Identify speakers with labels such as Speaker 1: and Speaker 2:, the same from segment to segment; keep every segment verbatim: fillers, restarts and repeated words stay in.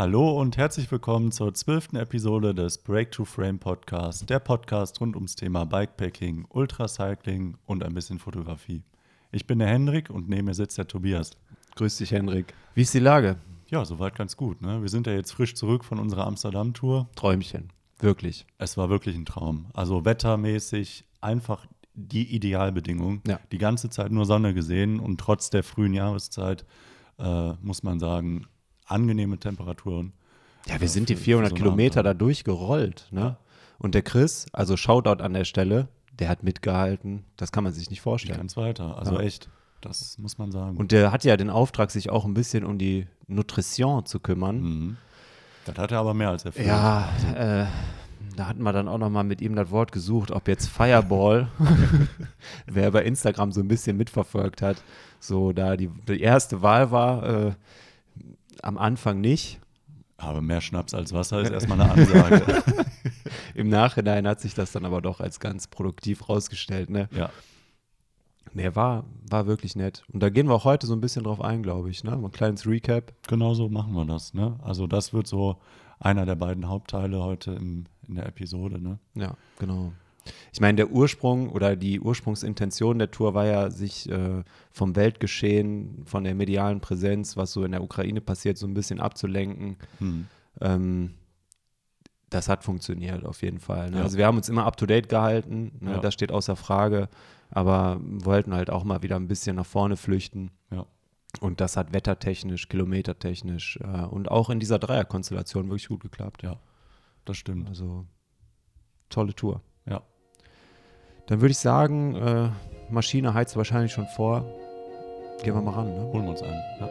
Speaker 1: Hallo und herzlich willkommen zur zwölften Episode des Break to Frame Podcast, der Podcast rund ums Thema Bikepacking, Ultracycling und ein bisschen Fotografie. Ich bin der Hendrik und neben mir sitzt der Tobias.
Speaker 2: Grüß dich, Hendrik. Wie ist die Lage?
Speaker 1: Ja, soweit ganz gut. Ne? Wir sind ja jetzt frisch zurück von unserer Amsterdam-Tour.
Speaker 2: Träumchen, wirklich.
Speaker 1: Es war wirklich ein Traum. Also wettermäßig einfach die Idealbedingung.
Speaker 2: Ja.
Speaker 1: Die ganze Zeit nur Sonne gesehen und trotz der frühen Jahreszeit äh, muss man sagen, angenehme Temperaturen.
Speaker 2: Ja, wir
Speaker 1: äh,
Speaker 2: sind die
Speaker 1: für-
Speaker 2: vierhundert
Speaker 1: für so einen
Speaker 2: Kilometer
Speaker 1: Abend.
Speaker 2: da durchgerollt. Ne?
Speaker 1: Ja.
Speaker 2: Und der Chris, also Shoutout an der Stelle, der hat mitgehalten. Das kann man sich nicht
Speaker 1: Nicht
Speaker 2: vorstellen.
Speaker 1: ganz weiter. Also
Speaker 2: Ja.
Speaker 1: echt, das muss man sagen.
Speaker 2: Und der hat ja den Auftrag, sich auch ein bisschen um die Nutrition zu kümmern.
Speaker 1: Mhm. Das hat er aber mehr als erfüllt.
Speaker 2: Ja, äh, da hatten wir dann auch noch mal mit ihm das Wort gesucht, ob jetzt Fireball, wer bei Instagram so ein bisschen mitverfolgt hat, so da die, die erste Wahl war, äh, am Anfang nicht.
Speaker 1: Aber mehr Schnaps als Wasser ist erstmal eine Ansage.
Speaker 2: Im Nachhinein hat sich das dann aber doch als ganz produktiv rausgestellt. Ne?
Speaker 1: Ja,
Speaker 2: Nee, war, war wirklich nett. Und da gehen wir auch heute so ein bisschen drauf ein, glaube ich. Ne? Ein kleines Recap.
Speaker 1: genau so machen wir das. Ne? Also das wird so einer der beiden Hauptteile heute im, in der Episode. Ne?
Speaker 2: Ja, genau. Ich meine, der Ursprung oder die Ursprungsintention der Tour war ja, sich äh, vom Weltgeschehen, von der medialen Präsenz, was so in der Ukraine passiert, so ein bisschen abzulenken.
Speaker 1: Hm.
Speaker 2: Ähm, das hat funktioniert auf jeden Fall. Ne?
Speaker 1: Ja.
Speaker 2: Also wir haben uns immer up-to-date gehalten, ne?
Speaker 1: Ja.
Speaker 2: Das steht außer Frage, aber wollten halt auch mal wieder ein bisschen nach vorne flüchten.
Speaker 1: Ja.
Speaker 2: Und das hat wettertechnisch, kilometertechnisch äh, und auch in dieser Dreierkonstellation wirklich gut geklappt.
Speaker 1: Ja, das stimmt.
Speaker 2: Also tolle Tour.
Speaker 1: Ja.
Speaker 2: Dann würde ich sagen, äh, Maschine heizt wahrscheinlich schon vor. Gehen wir mal ran, ne?
Speaker 1: Holen wir uns einen. Ja.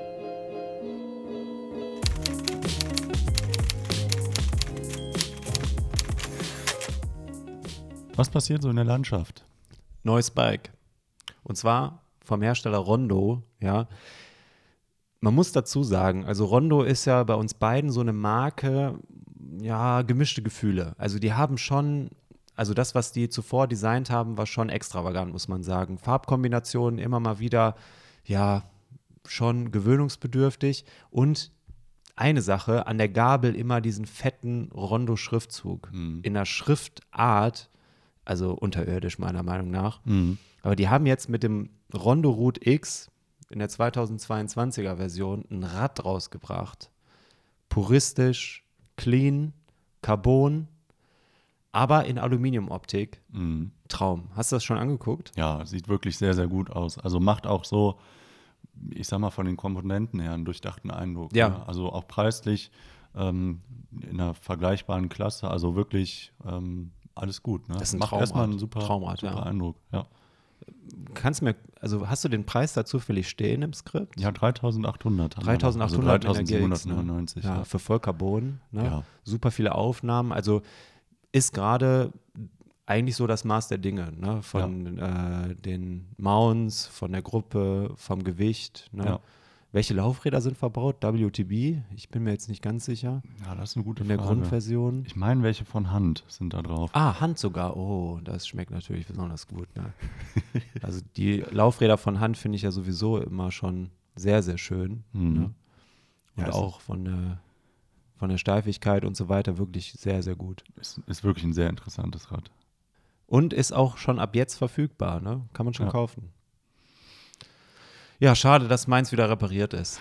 Speaker 1: Was passiert so in der Landschaft?
Speaker 2: Neues Bike. Und zwar vom Hersteller Rondo, ja. Man muss dazu sagen, also Rondo ist ja bei uns beiden so eine Marke, ja, gemischte Gefühle. Also die haben schon, also das, was die zuvor designt haben, war schon extravagant, muss man sagen. Farbkombinationen immer mal wieder, ja, schon gewöhnungsbedürftig. Und eine Sache, an der Gabel immer diesen fetten Rondo-Schriftzug.
Speaker 1: Mhm.
Speaker 2: In der Schriftart, also unterirdisch meiner Meinung nach.
Speaker 1: Mhm.
Speaker 2: Aber die haben jetzt mit dem Rondo Root X in der zweitausendzweiundzwanziger Version ein Rad rausgebracht. Puristisch, clean, Carbon, aber in Aluminiumoptik.
Speaker 1: Mhm.
Speaker 2: Traum. Hast du das schon angeguckt?
Speaker 1: Ja, sieht wirklich sehr, sehr gut aus. Also macht auch so, ich sag mal, von den Komponenten her einen durchdachten Eindruck.
Speaker 2: Ja.
Speaker 1: Ne? Also auch preislich ähm, in einer vergleichbaren Klasse. Also wirklich ähm, alles gut. Ne?
Speaker 2: Das ist ein
Speaker 1: Macht
Speaker 2: Traumrad.
Speaker 1: erstmal einen super,
Speaker 2: Traumrad,
Speaker 1: super
Speaker 2: ja.
Speaker 1: Eindruck. Ja,
Speaker 2: Kannst mir, also hast du den Preis da zufällig stehen im Skript?
Speaker 1: ja dreitausendachthundert. haben wir noch.
Speaker 2: dreitausendachthundert
Speaker 1: Also
Speaker 2: in der G X,
Speaker 1: dreitausendsiebenhundertneunundneunzig.
Speaker 2: Ne? Ja,
Speaker 1: Ja.
Speaker 2: für Vollcarbon. Ne?
Speaker 1: Ja.
Speaker 2: Super viele Aufnahmen. Also ist gerade eigentlich so das Maß der Dinge. Ne? Von äh, den Mounts, von der Gruppe, vom Gewicht. Ne?
Speaker 1: Ja.
Speaker 2: Welche Laufräder sind verbaut? W T B? Ich bin mir jetzt nicht ganz sicher.
Speaker 1: ja, das ist eine gute
Speaker 2: In der
Speaker 1: Frage.
Speaker 2: Grundversion.
Speaker 1: Ich meine, welche von Hand sind da drauf?
Speaker 2: Ah, Hand sogar. Oh, das schmeckt natürlich besonders gut. Ne? Also die Laufräder von Hand finde ich ja sowieso immer schon sehr, sehr schön.
Speaker 1: Mhm.
Speaker 2: Ne? Und
Speaker 1: Ja, es-
Speaker 2: auch von der, von der Steifigkeit und so weiter wirklich sehr, sehr gut.
Speaker 1: Ist, ist wirklich ein sehr interessantes Rad.
Speaker 2: Und ist auch schon ab jetzt verfügbar. Ne? Kann man schon
Speaker 1: Ja.
Speaker 2: kaufen. Ja, schade, dass meins wieder repariert ist.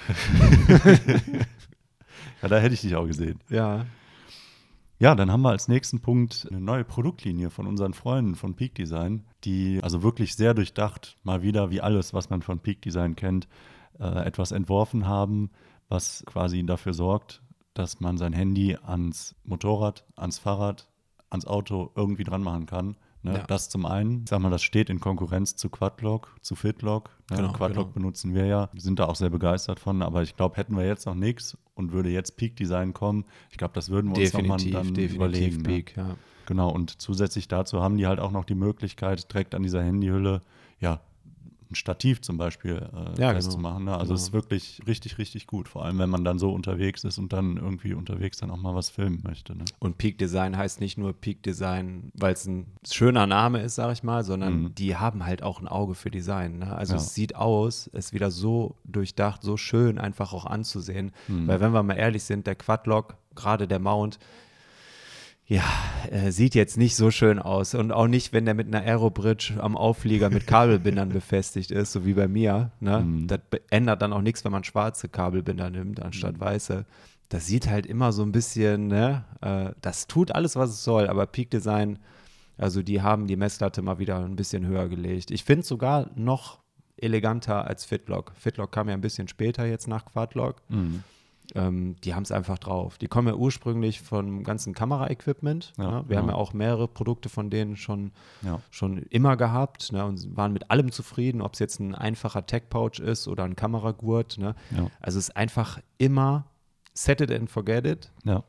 Speaker 1: Ja, da hätte ich dich auch gesehen.
Speaker 2: Ja.
Speaker 1: Ja, dann haben wir als nächsten Punkt eine neue Produktlinie von unseren Freunden von Peak Design, die also wirklich sehr durchdacht, mal wieder wie alles, was man von Peak Design kennt, äh, etwas entworfen haben, was quasi dafür sorgt, dass man sein Handy ans Motorrad, ans Fahrrad, ans Auto irgendwie dran machen kann. Ne?
Speaker 2: Ja.
Speaker 1: Das zum einen, ich sag mal, das steht in Konkurrenz zu Quadlock, zu Fitlock. Ne?
Speaker 2: Genau,
Speaker 1: Quadlock
Speaker 2: genau.
Speaker 1: benutzen wir ja, sind da auch sehr begeistert von, aber ich glaube, hätten wir jetzt noch nichts und würde jetzt Peak Design kommen, ich glaube, das würden wir uns nochmal
Speaker 2: Definitiv,
Speaker 1: dann
Speaker 2: definitiv
Speaker 1: überlegen. Ne?
Speaker 2: Peak, ja.
Speaker 1: Genau, und zusätzlich dazu haben die halt auch noch die Möglichkeit, direkt an dieser Handyhülle, ja, ein Stativ zum Beispiel äh,
Speaker 2: Ja,
Speaker 1: festzumachen. Ne? Also
Speaker 2: genau.
Speaker 1: es ist wirklich richtig, richtig gut. Vor allem, wenn man dann so unterwegs ist und dann irgendwie unterwegs dann auch mal was filmen möchte. Ne?
Speaker 2: Und Peak Design heißt nicht nur Peak Design, weil es ein schöner Name ist, sag ich mal, sondern
Speaker 1: Mhm.
Speaker 2: die haben halt auch ein Auge für Design. Ne? Also
Speaker 1: Ja.
Speaker 2: es sieht aus, es ist wieder so durchdacht, so schön einfach auch anzusehen.
Speaker 1: Mhm.
Speaker 2: Weil wenn wir mal ehrlich sind, der Quadlock, gerade der Mount, ja, äh, sieht jetzt nicht so schön aus. Und auch nicht, wenn der mit einer Aerobridge am Auflieger mit Kabelbindern befestigt ist, so wie bei mir. Ne?
Speaker 1: Mhm.
Speaker 2: Das be- ändert dann auch nichts, wenn man schwarze Kabelbinder nimmt, anstatt weiße. Das sieht halt immer so ein bisschen, ne? Äh, das tut alles, was es soll. Aber Peak Design, also die haben die Messlatte mal wieder ein bisschen höher gelegt. Ich finde es sogar noch eleganter als Fitlock. Fitlock kam ja ein bisschen später jetzt nach Quadlock.
Speaker 1: Mhm.
Speaker 2: Ähm, die haben es einfach drauf. Die kommen ja ursprünglich vom ganzen Kameraequipment.
Speaker 1: Ja,
Speaker 2: Ne? Wir
Speaker 1: genau.
Speaker 2: haben ja auch mehrere Produkte von denen schon,
Speaker 1: Ja.
Speaker 2: schon immer gehabt, ne? Und waren mit allem zufrieden, ob es jetzt ein einfacher Tech-Pouch ist oder ein Kameragurt. Ne?
Speaker 1: Ja.
Speaker 2: Also es ist einfach immer set it and forget it.
Speaker 1: Ja.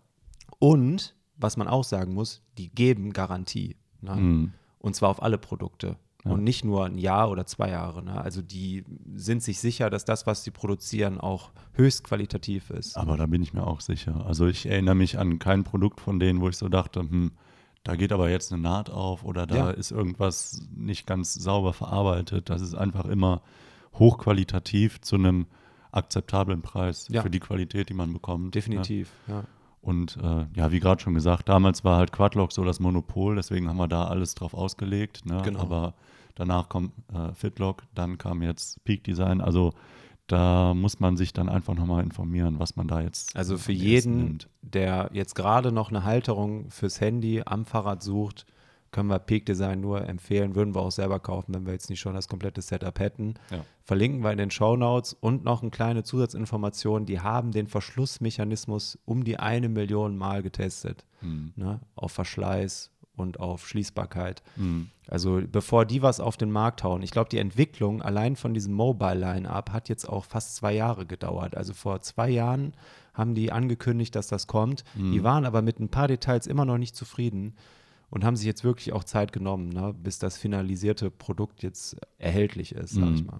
Speaker 2: Und, was man auch sagen muss, die geben Garantie. Ne?
Speaker 1: Mhm.
Speaker 2: Und zwar auf alle Produkte.
Speaker 1: Ja.
Speaker 2: Und nicht nur ein Jahr oder zwei Jahre. Ne? Also die sind sich sicher, dass das, was sie produzieren, auch höchst qualitativ ist.
Speaker 1: Aber da bin ich mir auch sicher. Also ich erinnere mich an kein Produkt von denen, wo ich so dachte, hm, da geht aber jetzt eine Naht auf oder da
Speaker 2: Ja.
Speaker 1: ist irgendwas nicht ganz sauber verarbeitet. Das ist einfach immer hochqualitativ zu einem akzeptablen Preis
Speaker 2: Ja.
Speaker 1: für die Qualität, die man bekommt.
Speaker 2: Definitiv, ja.
Speaker 1: Ne? Und äh, ja, wie gerade schon gesagt, damals war halt Quadlock so das Monopol, deswegen haben wir da alles drauf ausgelegt. Ne?
Speaker 2: Genau.
Speaker 1: Aber danach kommt äh, Fitlock, dann kam jetzt Peak Design. Also da muss man sich dann einfach nochmal informieren, was man da jetzt
Speaker 2: Also für
Speaker 1: am ehesten
Speaker 2: jeden,
Speaker 1: nimmt.
Speaker 2: der jetzt gerade noch eine Halterung fürs Handy am Fahrrad sucht, können wir Peak Design nur empfehlen, würden wir auch selber kaufen, wenn wir jetzt nicht schon das komplette Setup hätten.
Speaker 1: Ja.
Speaker 2: Verlinken wir in den Shownotes und noch eine kleine Zusatzinformation, die haben den Verschlussmechanismus um die eine Million Mal getestet,
Speaker 1: Hm.
Speaker 2: ne, auf Verschleiß und auf Schließbarkeit.
Speaker 1: Hm.
Speaker 2: Also bevor die was auf den Markt hauen. Ich glaube, die Entwicklung allein von diesem Mobile-Line-Up hat jetzt auch fast zwei Jahre gedauert. Also vor zwei Jahren haben die angekündigt, dass das kommt.
Speaker 1: Hm.
Speaker 2: Die waren aber mit ein paar Details immer noch nicht zufrieden und haben sich jetzt wirklich auch Zeit genommen, ne, bis das finalisierte Produkt jetzt erhältlich ist, sag
Speaker 1: Hm.
Speaker 2: ich mal.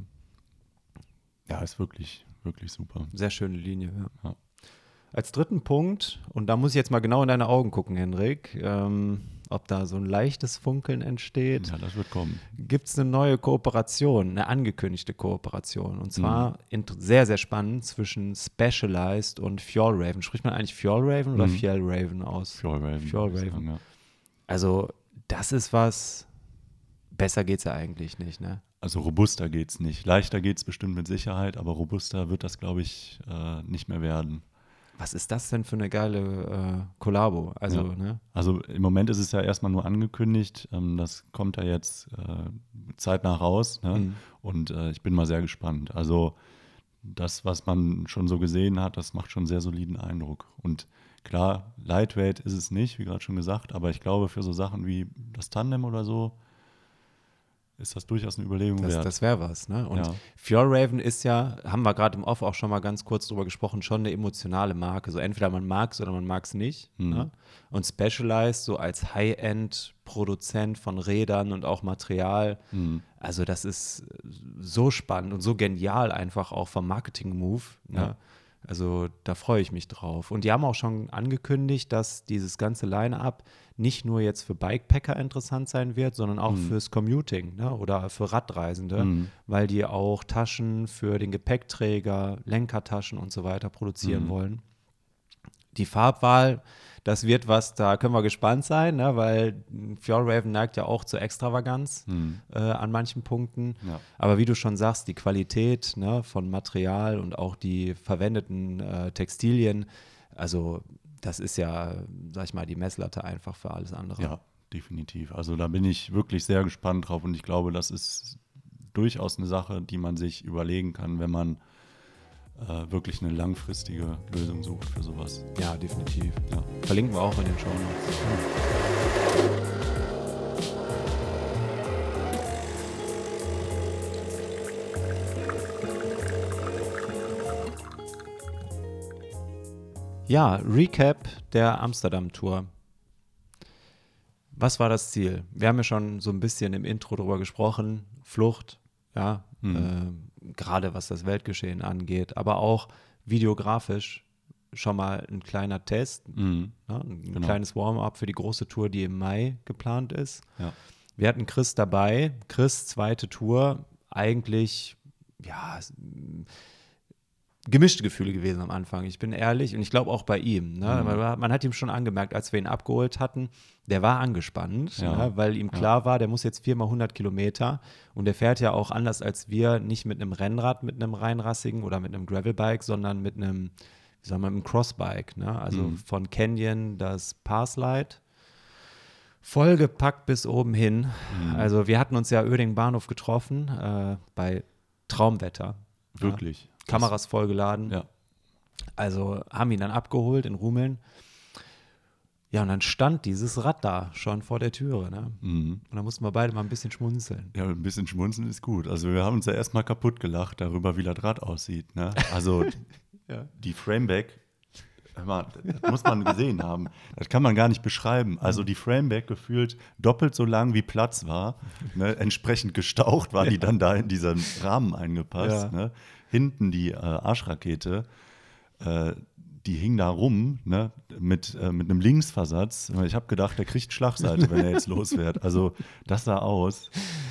Speaker 1: Ja, ist wirklich, wirklich super.
Speaker 2: Sehr schöne Linie, ja.
Speaker 1: Ja.
Speaker 2: Als dritten Punkt, und da muss ich jetzt mal genau in deine Augen gucken, Henrik, ähm, ob da so ein leichtes Funkeln entsteht.
Speaker 1: Ja, das wird kommen.
Speaker 2: Gibt es eine neue Kooperation, eine angekündigte Kooperation. Und zwar
Speaker 1: Mhm.
Speaker 2: int- sehr, sehr spannend zwischen Specialized und Fjallraven. Spricht man eigentlich Fjallraven oder
Speaker 1: Mhm.
Speaker 2: Fjallraven aus?
Speaker 1: Fjallraven.
Speaker 2: Fjallraven.
Speaker 1: würde ich sagen, ja.
Speaker 2: Also, das ist was, besser geht's ja eigentlich nicht, ne?
Speaker 1: Also robuster geht's nicht. Leichter geht's bestimmt mit Sicherheit, aber robuster wird das, glaube ich, äh, nicht mehr werden.
Speaker 2: Was ist das denn für eine geile äh, Kollabo? Also,
Speaker 1: Ja.
Speaker 2: ne?
Speaker 1: Also im Moment ist es ja erstmal nur angekündigt. Ähm, das kommt ja jetzt äh, zeitnah raus. Ne?
Speaker 2: Mhm.
Speaker 1: Und äh, ich bin mal sehr gespannt. Also das, was man schon so gesehen hat, das macht schon sehr soliden Eindruck. Und klar, Lightweight ist es nicht, wie gerade schon gesagt, aber ich glaube, für so Sachen wie das Tandem oder so ist das durchaus eine Überlegung
Speaker 2: Das,
Speaker 1: wert.
Speaker 2: das wäre was, ne? Und
Speaker 1: Ja.
Speaker 2: Fjallraven ist ja, haben wir gerade im Off auch schon mal ganz kurz drüber gesprochen, schon eine emotionale Marke. So entweder man mag es oder man mag es nicht.
Speaker 1: Mhm.
Speaker 2: Ne? Und Specialized so als High-End-Produzent von Rädern und auch Material,
Speaker 1: Mhm.
Speaker 2: also das ist so spannend und so genial einfach auch vom Marketing-Move. Ne?
Speaker 1: Ja.
Speaker 2: Also da freue ich mich drauf. Und die haben auch schon angekündigt, dass dieses ganze Line-Up nicht nur jetzt für Bikepacker interessant sein wird, sondern auch
Speaker 1: Mhm.
Speaker 2: fürs Commuting, ne? Oder für Radreisende,
Speaker 1: Mhm.
Speaker 2: weil die auch Taschen für den Gepäckträger, Lenkertaschen und so weiter produzieren
Speaker 1: Mhm.
Speaker 2: wollen. Die Farbwahl, das wird was, da können wir gespannt sein, ne? Weil Fjallraven neigt ja auch zur Extravaganz
Speaker 1: Mhm.
Speaker 2: äh, an manchen Punkten.
Speaker 1: Ja.
Speaker 2: Aber wie du schon sagst, die Qualität, ne, von Material und auch die verwendeten äh, Textilien, also das ist ja, sag ich mal, die Messlatte einfach für alles andere.
Speaker 1: Ja, definitiv. Also da bin ich wirklich sehr gespannt drauf und ich glaube, das ist durchaus eine Sache, die man sich überlegen kann, wenn man äh, wirklich eine langfristige Lösung sucht für sowas.
Speaker 2: Ja, definitiv.
Speaker 1: Ja.
Speaker 2: Verlinken wir auch in den Shownotes. Ja, Recap der Amsterdam-Tour. Was war das Ziel? Wir haben ja schon so ein bisschen im Intro drüber gesprochen. Flucht, ja, mhm. äh, gerade was das Weltgeschehen angeht, aber auch videografisch schon mal ein kleiner Test,
Speaker 1: Mhm.
Speaker 2: ne? ein
Speaker 1: Genau.
Speaker 2: kleines Warm-up für die große Tour, die im Mai geplant ist.
Speaker 1: Ja.
Speaker 2: Wir hatten Chris dabei, Chris zweite Tour, eigentlich, ja, gemischte Gefühle gewesen am Anfang, ich bin ehrlich, und ich glaube auch bei ihm. Ne?
Speaker 1: Mhm.
Speaker 2: Man, man hat ihm schon angemerkt, als wir ihn abgeholt hatten, der war angespannt,
Speaker 1: Ja.
Speaker 2: ne? Weil ihm klar war, der muss jetzt viermal hundert Kilometer und der fährt ja auch anders als wir, nicht mit einem Rennrad, mit einem reinrassigen oder mit einem Gravelbike, sondern mit einem, wie sagen wir, einem Crossbike. Ne? Also
Speaker 1: Mhm.
Speaker 2: von Canyon das Parslide, vollgepackt bis oben hin.
Speaker 1: Mhm.
Speaker 2: Also wir hatten uns ja Uerdingen Bahnhof getroffen, äh, bei Traumwetter.
Speaker 1: Wirklich.
Speaker 2: Ja. Kameras vollgeladen.
Speaker 1: Ja.
Speaker 2: Also haben ihn dann abgeholt in Rumeln. Ja, und dann stand dieses Rad da schon vor der Türe. Ne?
Speaker 1: Mhm.
Speaker 2: Und da mussten wir beide mal ein bisschen schmunzeln.
Speaker 1: Ja, ein bisschen schmunzeln ist gut. Also wir haben uns ja erstmal kaputt gelacht darüber, wie das Rad aussieht. Ne? Also
Speaker 2: Ja.
Speaker 1: die Frameback, das muss man gesehen haben. Das kann man gar nicht beschreiben. Also die Frameback gefühlt doppelt so lang wie Platz war. Ne? Entsprechend gestaucht war die dann da in diesen Rahmen eingepasst.
Speaker 2: Ja.
Speaker 1: Ne? Hinten die äh, Arschrakete, äh, die hing da rum, ne? mit, äh, mit einem Linksversatz. Ich habe gedacht, der kriegt Schlagseite, wenn er jetzt losfährt. Also das sah aus.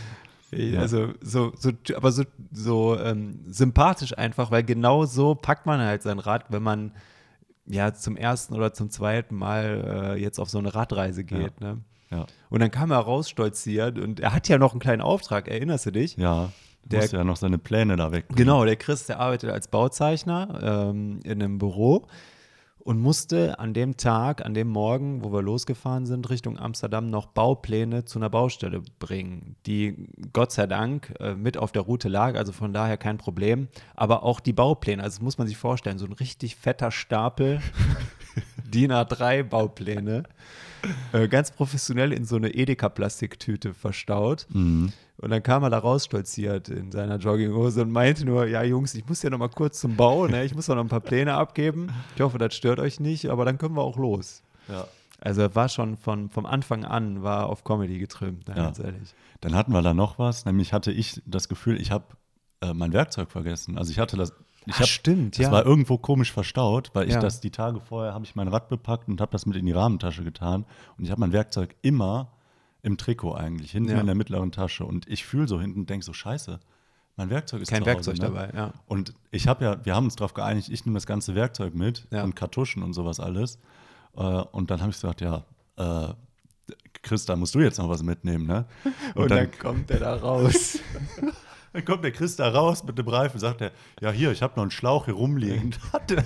Speaker 1: Ja.
Speaker 2: Also so, so aber so, so ähm, sympathisch einfach, weil genau so packt man halt sein Rad, wenn man ja zum ersten oder zum zweiten Mal äh, jetzt auf so eine Radreise geht.
Speaker 1: Ja.
Speaker 2: Ne?
Speaker 1: Ja.
Speaker 2: Und dann kam er rausstolziert und er hat ja noch einen kleinen Auftrag, erinnerst du dich?
Speaker 1: Ja, der
Speaker 2: Der-
Speaker 1: musste ja noch seine Pläne da weg.
Speaker 2: Genau, der Chris, der arbeitet als Bauzeichner ähm, in einem Büro und musste an dem Tag, an dem Morgen, wo wir losgefahren sind, Richtung Amsterdam, noch Baupläne zu einer Baustelle bringen, die Gott sei Dank äh, mit auf der Route lag, also von daher kein Problem. Aber auch die Baupläne, also das muss man sich vorstellen, so ein richtig fetter Stapel D I N A drei Baupläne, äh, ganz professionell in so eine Edeka-Plastiktüte verstaut.
Speaker 1: Mhm.
Speaker 2: Und dann kam er da rausstolziert in seiner Jogginghose und meinte nur, ja Jungs, ich muss ja noch mal kurz zum Bau, ne? Ich muss noch ein paar Pläne abgeben. Ich hoffe, das stört euch nicht, aber dann können wir auch los.
Speaker 1: Ja.
Speaker 2: Also er war schon von, vom Anfang an war auf Comedy getrimmt, ne,
Speaker 1: Ja.
Speaker 2: ganz ehrlich.
Speaker 1: Dann hatten wir da noch was, nämlich hatte ich das Gefühl, ich habe äh, mein Werkzeug vergessen. Also ich hatte das, ich
Speaker 2: Ach,
Speaker 1: hab,
Speaker 2: stimmt,
Speaker 1: das
Speaker 2: ja.
Speaker 1: war irgendwo komisch verstaut, weil ich
Speaker 2: Ja.
Speaker 1: das die Tage vorher, habe ich mein Rad bepackt und habe das mit in die Rahmentasche getan. Und ich habe mein Werkzeug immer im Trikot eigentlich, hinten
Speaker 2: Ja.
Speaker 1: in der mittleren Tasche. Und ich fühle so hinten und denke so, scheiße, mein Werkzeug ist
Speaker 2: Kein
Speaker 1: zu Hause,
Speaker 2: Werkzeug
Speaker 1: ne?
Speaker 2: dabei, ja.
Speaker 1: Und ich habe ja, wir haben uns darauf geeinigt, ich nehme das ganze Werkzeug mit
Speaker 2: Ja.
Speaker 1: und Kartuschen und sowas alles. Äh, und dann habe ich gesagt, ja, äh, Chris, da musst du jetzt noch was mitnehmen, ne? Und,
Speaker 2: Und
Speaker 1: dann,
Speaker 2: dann kommt er da raus.
Speaker 1: dann kommt der Chris da raus mit dem Reifen und sagt er, ja hier, ich habe noch einen Schlauch hier rumliegen. Hatte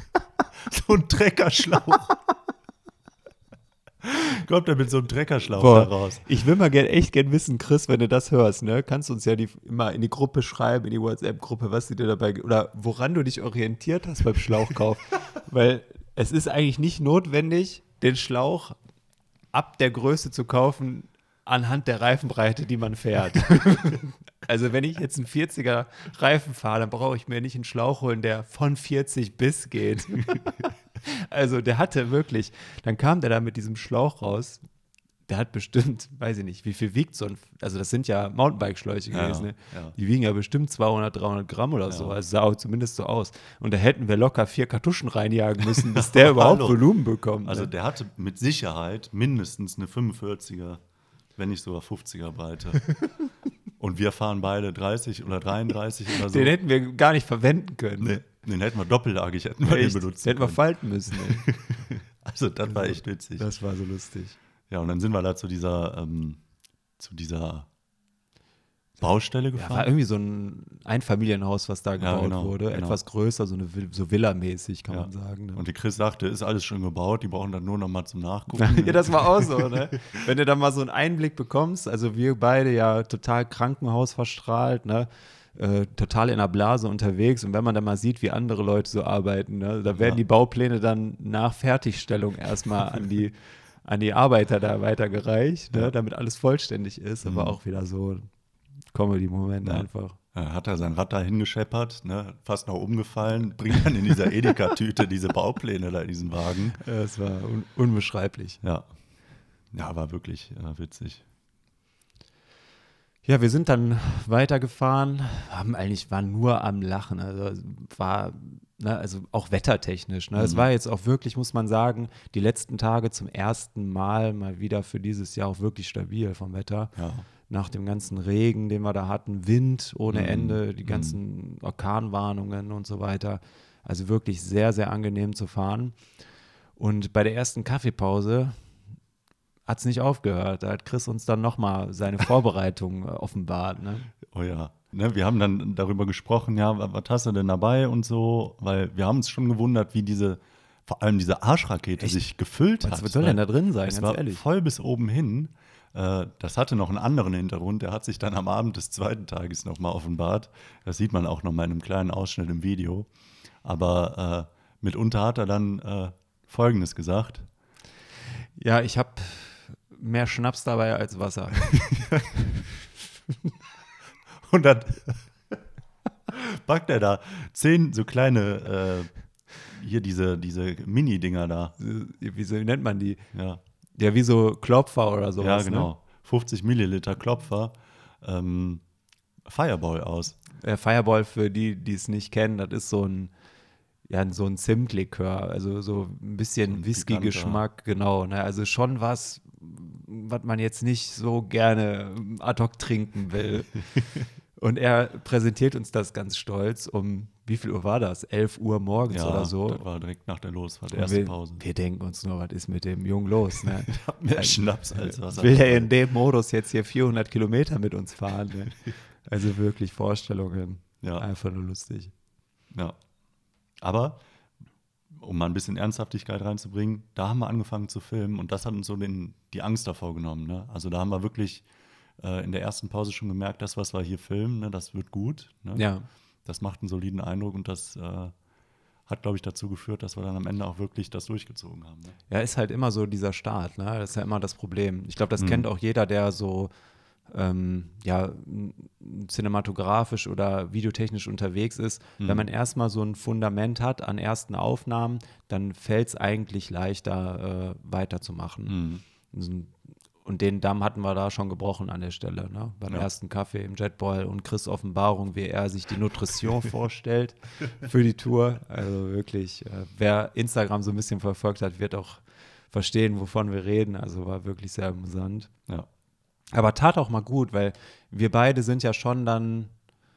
Speaker 1: so einen Treckerschlauch. Kommt er mit so einem Treckerschlauch
Speaker 2: Boah,
Speaker 1: da raus.
Speaker 2: ich will mal gern, echt gern wissen, Chris, wenn du das hörst, ne, kannst du uns ja die, immer in die Gruppe schreiben, in die WhatsApp-Gruppe, was du dir dabei, oder woran du dich orientiert hast beim Schlauchkauf. Weil es ist eigentlich nicht notwendig, den Schlauch ab der Größe zu kaufen, anhand der Reifenbreite, die man fährt. Also wenn ich jetzt einen vierziger Reifen fahre, dann brauche ich mir nicht einen Schlauch holen, der von vierzig bis geht. Also der hatte wirklich, dann kam der da mit diesem Schlauch raus, der hat bestimmt, weiß ich nicht, wie viel wiegt so ein, also das sind ja Mountainbike-Schläuche
Speaker 1: Ja,
Speaker 2: gewesen, ne?
Speaker 1: ja.
Speaker 2: Die wiegen ja bestimmt zweihundert, dreihundert Gramm oder so,
Speaker 1: Ja.
Speaker 2: also sah auch zumindest so aus. Und da hätten wir locker vier Kartuschen reinjagen müssen, bis der überhaupt
Speaker 1: Hallo.
Speaker 2: Volumen bekommt.
Speaker 1: Also
Speaker 2: Ne?
Speaker 1: der hatte mit Sicherheit mindestens eine fünfundvierziger, wenn nicht sogar fünfziger Breite. Und wir fahren beide dreißig oder dreiunddreißig oder so.
Speaker 2: Den hätten wir gar nicht verwenden können.
Speaker 1: Nee, den hätten wir doppellagig hätten wir
Speaker 2: Echt?
Speaker 1: den benutzen
Speaker 2: Den hätten wir
Speaker 1: können.
Speaker 2: falten müssen. Ey.
Speaker 1: Also das war echt witzig.
Speaker 2: Das war so lustig.
Speaker 1: Ja, und dann sind wir da zu dieser, ähm, zu dieser Baustelle
Speaker 2: Ja, war
Speaker 1: gefahren.
Speaker 2: irgendwie so ein Einfamilienhaus, was da
Speaker 1: Ja,
Speaker 2: gebaut
Speaker 1: genau,
Speaker 2: wurde.
Speaker 1: genau.
Speaker 2: Etwas größer, so eine Vill- so Villa-mäßig, kann
Speaker 1: Ja.
Speaker 2: man sagen. Ne?
Speaker 1: Und die Chris sagte, ist alles schon gebaut, die brauchen dann nur noch mal zum Nachgucken.
Speaker 2: Ja, das war auch so, ne? Wenn du da mal so einen Einblick bekommst, also wir beide ja total Krankenhaus verstrahlt, ne? Äh, total in der Blase unterwegs und wenn man dann mal sieht, wie andere Leute so arbeiten, ne? Da werden
Speaker 1: Ja.
Speaker 2: die Baupläne dann nach Fertigstellung erstmal an die, an die Arbeiter da weitergereicht, ne?
Speaker 1: Ja.
Speaker 2: Damit alles vollständig ist,
Speaker 1: Mhm.
Speaker 2: aber auch wieder so ein Comedy-Moment
Speaker 1: Ja.
Speaker 2: einfach.
Speaker 1: Ja, hat er sein Rad da hingescheppert, ne, fast noch umgefallen, bringt dann in dieser Edeka-Tüte diese Baupläne da in diesen Wagen.
Speaker 2: Ja, es war un unbeschreiblich.
Speaker 1: Ja, ja, war wirklich äh, witzig.
Speaker 2: Ja, wir sind dann weitergefahren, haben eigentlich, waren nur am Lachen, also war, ne, also auch wettertechnisch, ne,
Speaker 1: Mhm.
Speaker 2: es war jetzt auch wirklich, muss man sagen, die letzten Tage zum ersten Mal mal wieder für dieses Jahr auch wirklich stabil vom Wetter.
Speaker 1: Ja.
Speaker 2: Nach dem ganzen Regen, den wir da hatten, Wind ohne
Speaker 1: Mhm.
Speaker 2: Ende, die
Speaker 1: Mhm.
Speaker 2: ganzen Orkanwarnungen und so weiter. Also wirklich sehr, sehr angenehm zu fahren. Und bei der ersten Kaffeepause hat es nicht aufgehört. Da hat Chris uns dann nochmal seine Vorbereitung äh, offenbart. Ne?
Speaker 1: Oh ja. Ne, wir haben dann darüber gesprochen, ja, wa- was hast du denn dabei und so, weil wir haben uns schon gewundert, wie diese, vor allem diese Arschrakete
Speaker 2: Echt?
Speaker 1: sich gefüllt
Speaker 2: Was,
Speaker 1: hat.
Speaker 2: was soll
Speaker 1: weil
Speaker 2: denn da drin sein,
Speaker 1: Es
Speaker 2: ganz
Speaker 1: war
Speaker 2: ehrlich?
Speaker 1: voll bis oben hin. Äh, Das hatte noch einen anderen Hintergrund. Der hat sich dann am Abend des zweiten Tages nochmal offenbart. Das sieht man auch nochmal in einem kleinen Ausschnitt im Video. Aber äh, mitunter hat er dann äh, Folgendes gesagt.
Speaker 2: Ja, ich habe mehr Schnaps dabei als Wasser.
Speaker 1: Und dann packt er da zehn so kleine, äh, hier diese, diese Mini-Dinger da.
Speaker 2: Wie, so, wie nennt man die?
Speaker 1: Ja,
Speaker 2: Ja, wie so Klopfer oder sowas.
Speaker 1: ja genau. fünfzig Milliliter Klopfer. Ähm, Fireball aus.
Speaker 2: Ne? Äh, Fireball, für die, die es nicht kennen, das ist so ein, ja, so ein Zimtlikör, also so ein bisschen
Speaker 1: So ein
Speaker 2: Whisky-Geschmack, genau. Ne? Also schon was, was man jetzt nicht so gerne ad hoc trinken will. Und er präsentiert uns das ganz stolz um, wie viel Uhr war das? elf Uhr morgens
Speaker 1: Ja,
Speaker 2: oder so.
Speaker 1: das war direkt nach der Losfahrt,
Speaker 2: Und
Speaker 1: erste
Speaker 2: wir,
Speaker 1: Pause.
Speaker 2: wir denken uns nur, was ist mit dem Jungen los? Ne?
Speaker 1: Ich hab mehr Schnaps als Wasser.
Speaker 2: Will er in dem Modus jetzt hier vierhundert Kilometer mit uns fahren? Ne? Also wirklich Vorstellungen.
Speaker 1: Ja.
Speaker 2: Einfach nur lustig.
Speaker 1: Ja. Aber, um mal ein bisschen Ernsthaftigkeit reinzubringen, da haben wir angefangen zu filmen und das hat uns so den, die Angst davor genommen. Ne? Also da haben wir wirklich äh, in der ersten Pause schon gemerkt, das, was wir hier filmen, ne, das wird gut. Ne?
Speaker 2: Ja.
Speaker 1: Das macht einen soliden Eindruck und das äh, hat, glaube ich, dazu geführt, dass wir dann am Ende auch wirklich das durchgezogen haben. Ne?
Speaker 2: Ja, ist halt immer so dieser Start, ne? Das ist ja immer das Problem. Ich glaube, das
Speaker 1: Mhm.
Speaker 2: kennt auch jeder, der so ähm, ja, n- cinematografisch oder videotechnisch unterwegs ist.
Speaker 1: Mhm.
Speaker 2: Wenn man erstmal so ein Fundament hat an ersten Aufnahmen, dann fällt es eigentlich leichter, äh, weiterzumachen.
Speaker 1: Mhm.
Speaker 2: Und den Damm hatten wir da schon gebrochen an der Stelle, ne? Beim
Speaker 1: Ja.
Speaker 2: ersten Kaffee im Jetboil und Chris' Offenbarung, wie er sich die Nutrition vorstellt für die Tour. Also wirklich, äh, wer Instagram so ein bisschen verfolgt hat, wird auch verstehen, wovon wir reden. Also war wirklich sehr amüsant.
Speaker 1: Ja.
Speaker 2: Aber tat auch mal gut, weil wir beide sind ja schon dann,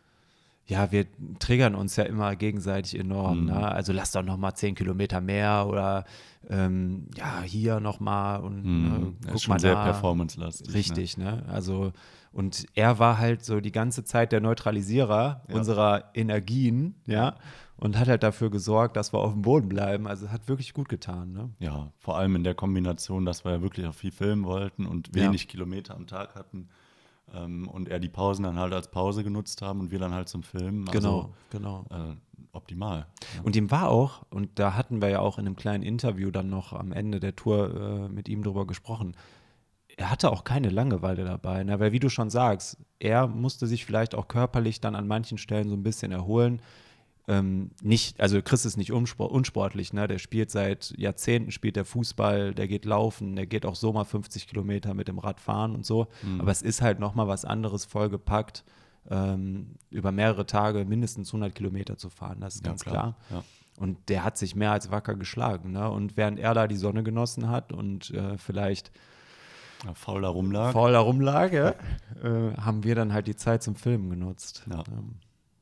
Speaker 2: ja, wir triggern uns ja immer gegenseitig enorm.
Speaker 1: Mhm.
Speaker 2: Ne? Also lass doch noch mal zehn Kilometer mehr oder ähm, ja, hier noch mal und ne,
Speaker 1: Mhm. Das
Speaker 2: guck
Speaker 1: ist schon
Speaker 2: mal
Speaker 1: sehr
Speaker 2: da.
Speaker 1: performance-lastig.
Speaker 2: Richtig, ne? Also, und er war halt so die ganze Zeit der Neutralisierer
Speaker 1: Ja.
Speaker 2: unserer Energien, ja, und hat halt dafür gesorgt, dass wir auf dem Boden bleiben. Also hat wirklich gut getan, ne?
Speaker 1: Ja, vor allem in der Kombination, dass wir ja wirklich auch viel filmen wollten und
Speaker 2: Ja.
Speaker 1: wenig Kilometer am Tag hatten ähm, und er die Pausen dann halt als Pause genutzt haben und wir dann halt zum Filmen.
Speaker 2: Genau, genau.
Speaker 1: Also, äh, optimal. Ja.
Speaker 2: Und ihm war auch, und da hatten wir ja auch in einem kleinen Interview dann noch am Ende der Tour äh, mit ihm drüber gesprochen, er hatte auch keine Langeweile dabei, ne? Weil wie du schon sagst, er musste sich vielleicht auch körperlich dann an manchen Stellen so ein bisschen erholen. Ähm, nicht, also Chris ist nicht unspor unsportlich, ne? Der spielt seit Jahrzehnten, spielt der Fußball, der geht laufen, der geht auch so mal fünfzig Kilometer mit dem Rad fahren und so.
Speaker 1: Mhm.
Speaker 2: Aber es ist halt nochmal was anderes vollgepackt, ähm, über mehrere Tage mindestens hundert Kilometer zu fahren, das ist
Speaker 1: Ja,
Speaker 2: ganz klar.
Speaker 1: Ja.
Speaker 2: Und der hat sich mehr als wacker geschlagen, ne? Und während er da die Sonne genossen hat und äh, vielleicht
Speaker 1: Ja, faul da rumlag.
Speaker 2: faul da rumlag, ja, äh, haben wir dann halt die Zeit zum Filmen genutzt.
Speaker 1: Ja.
Speaker 2: Ähm,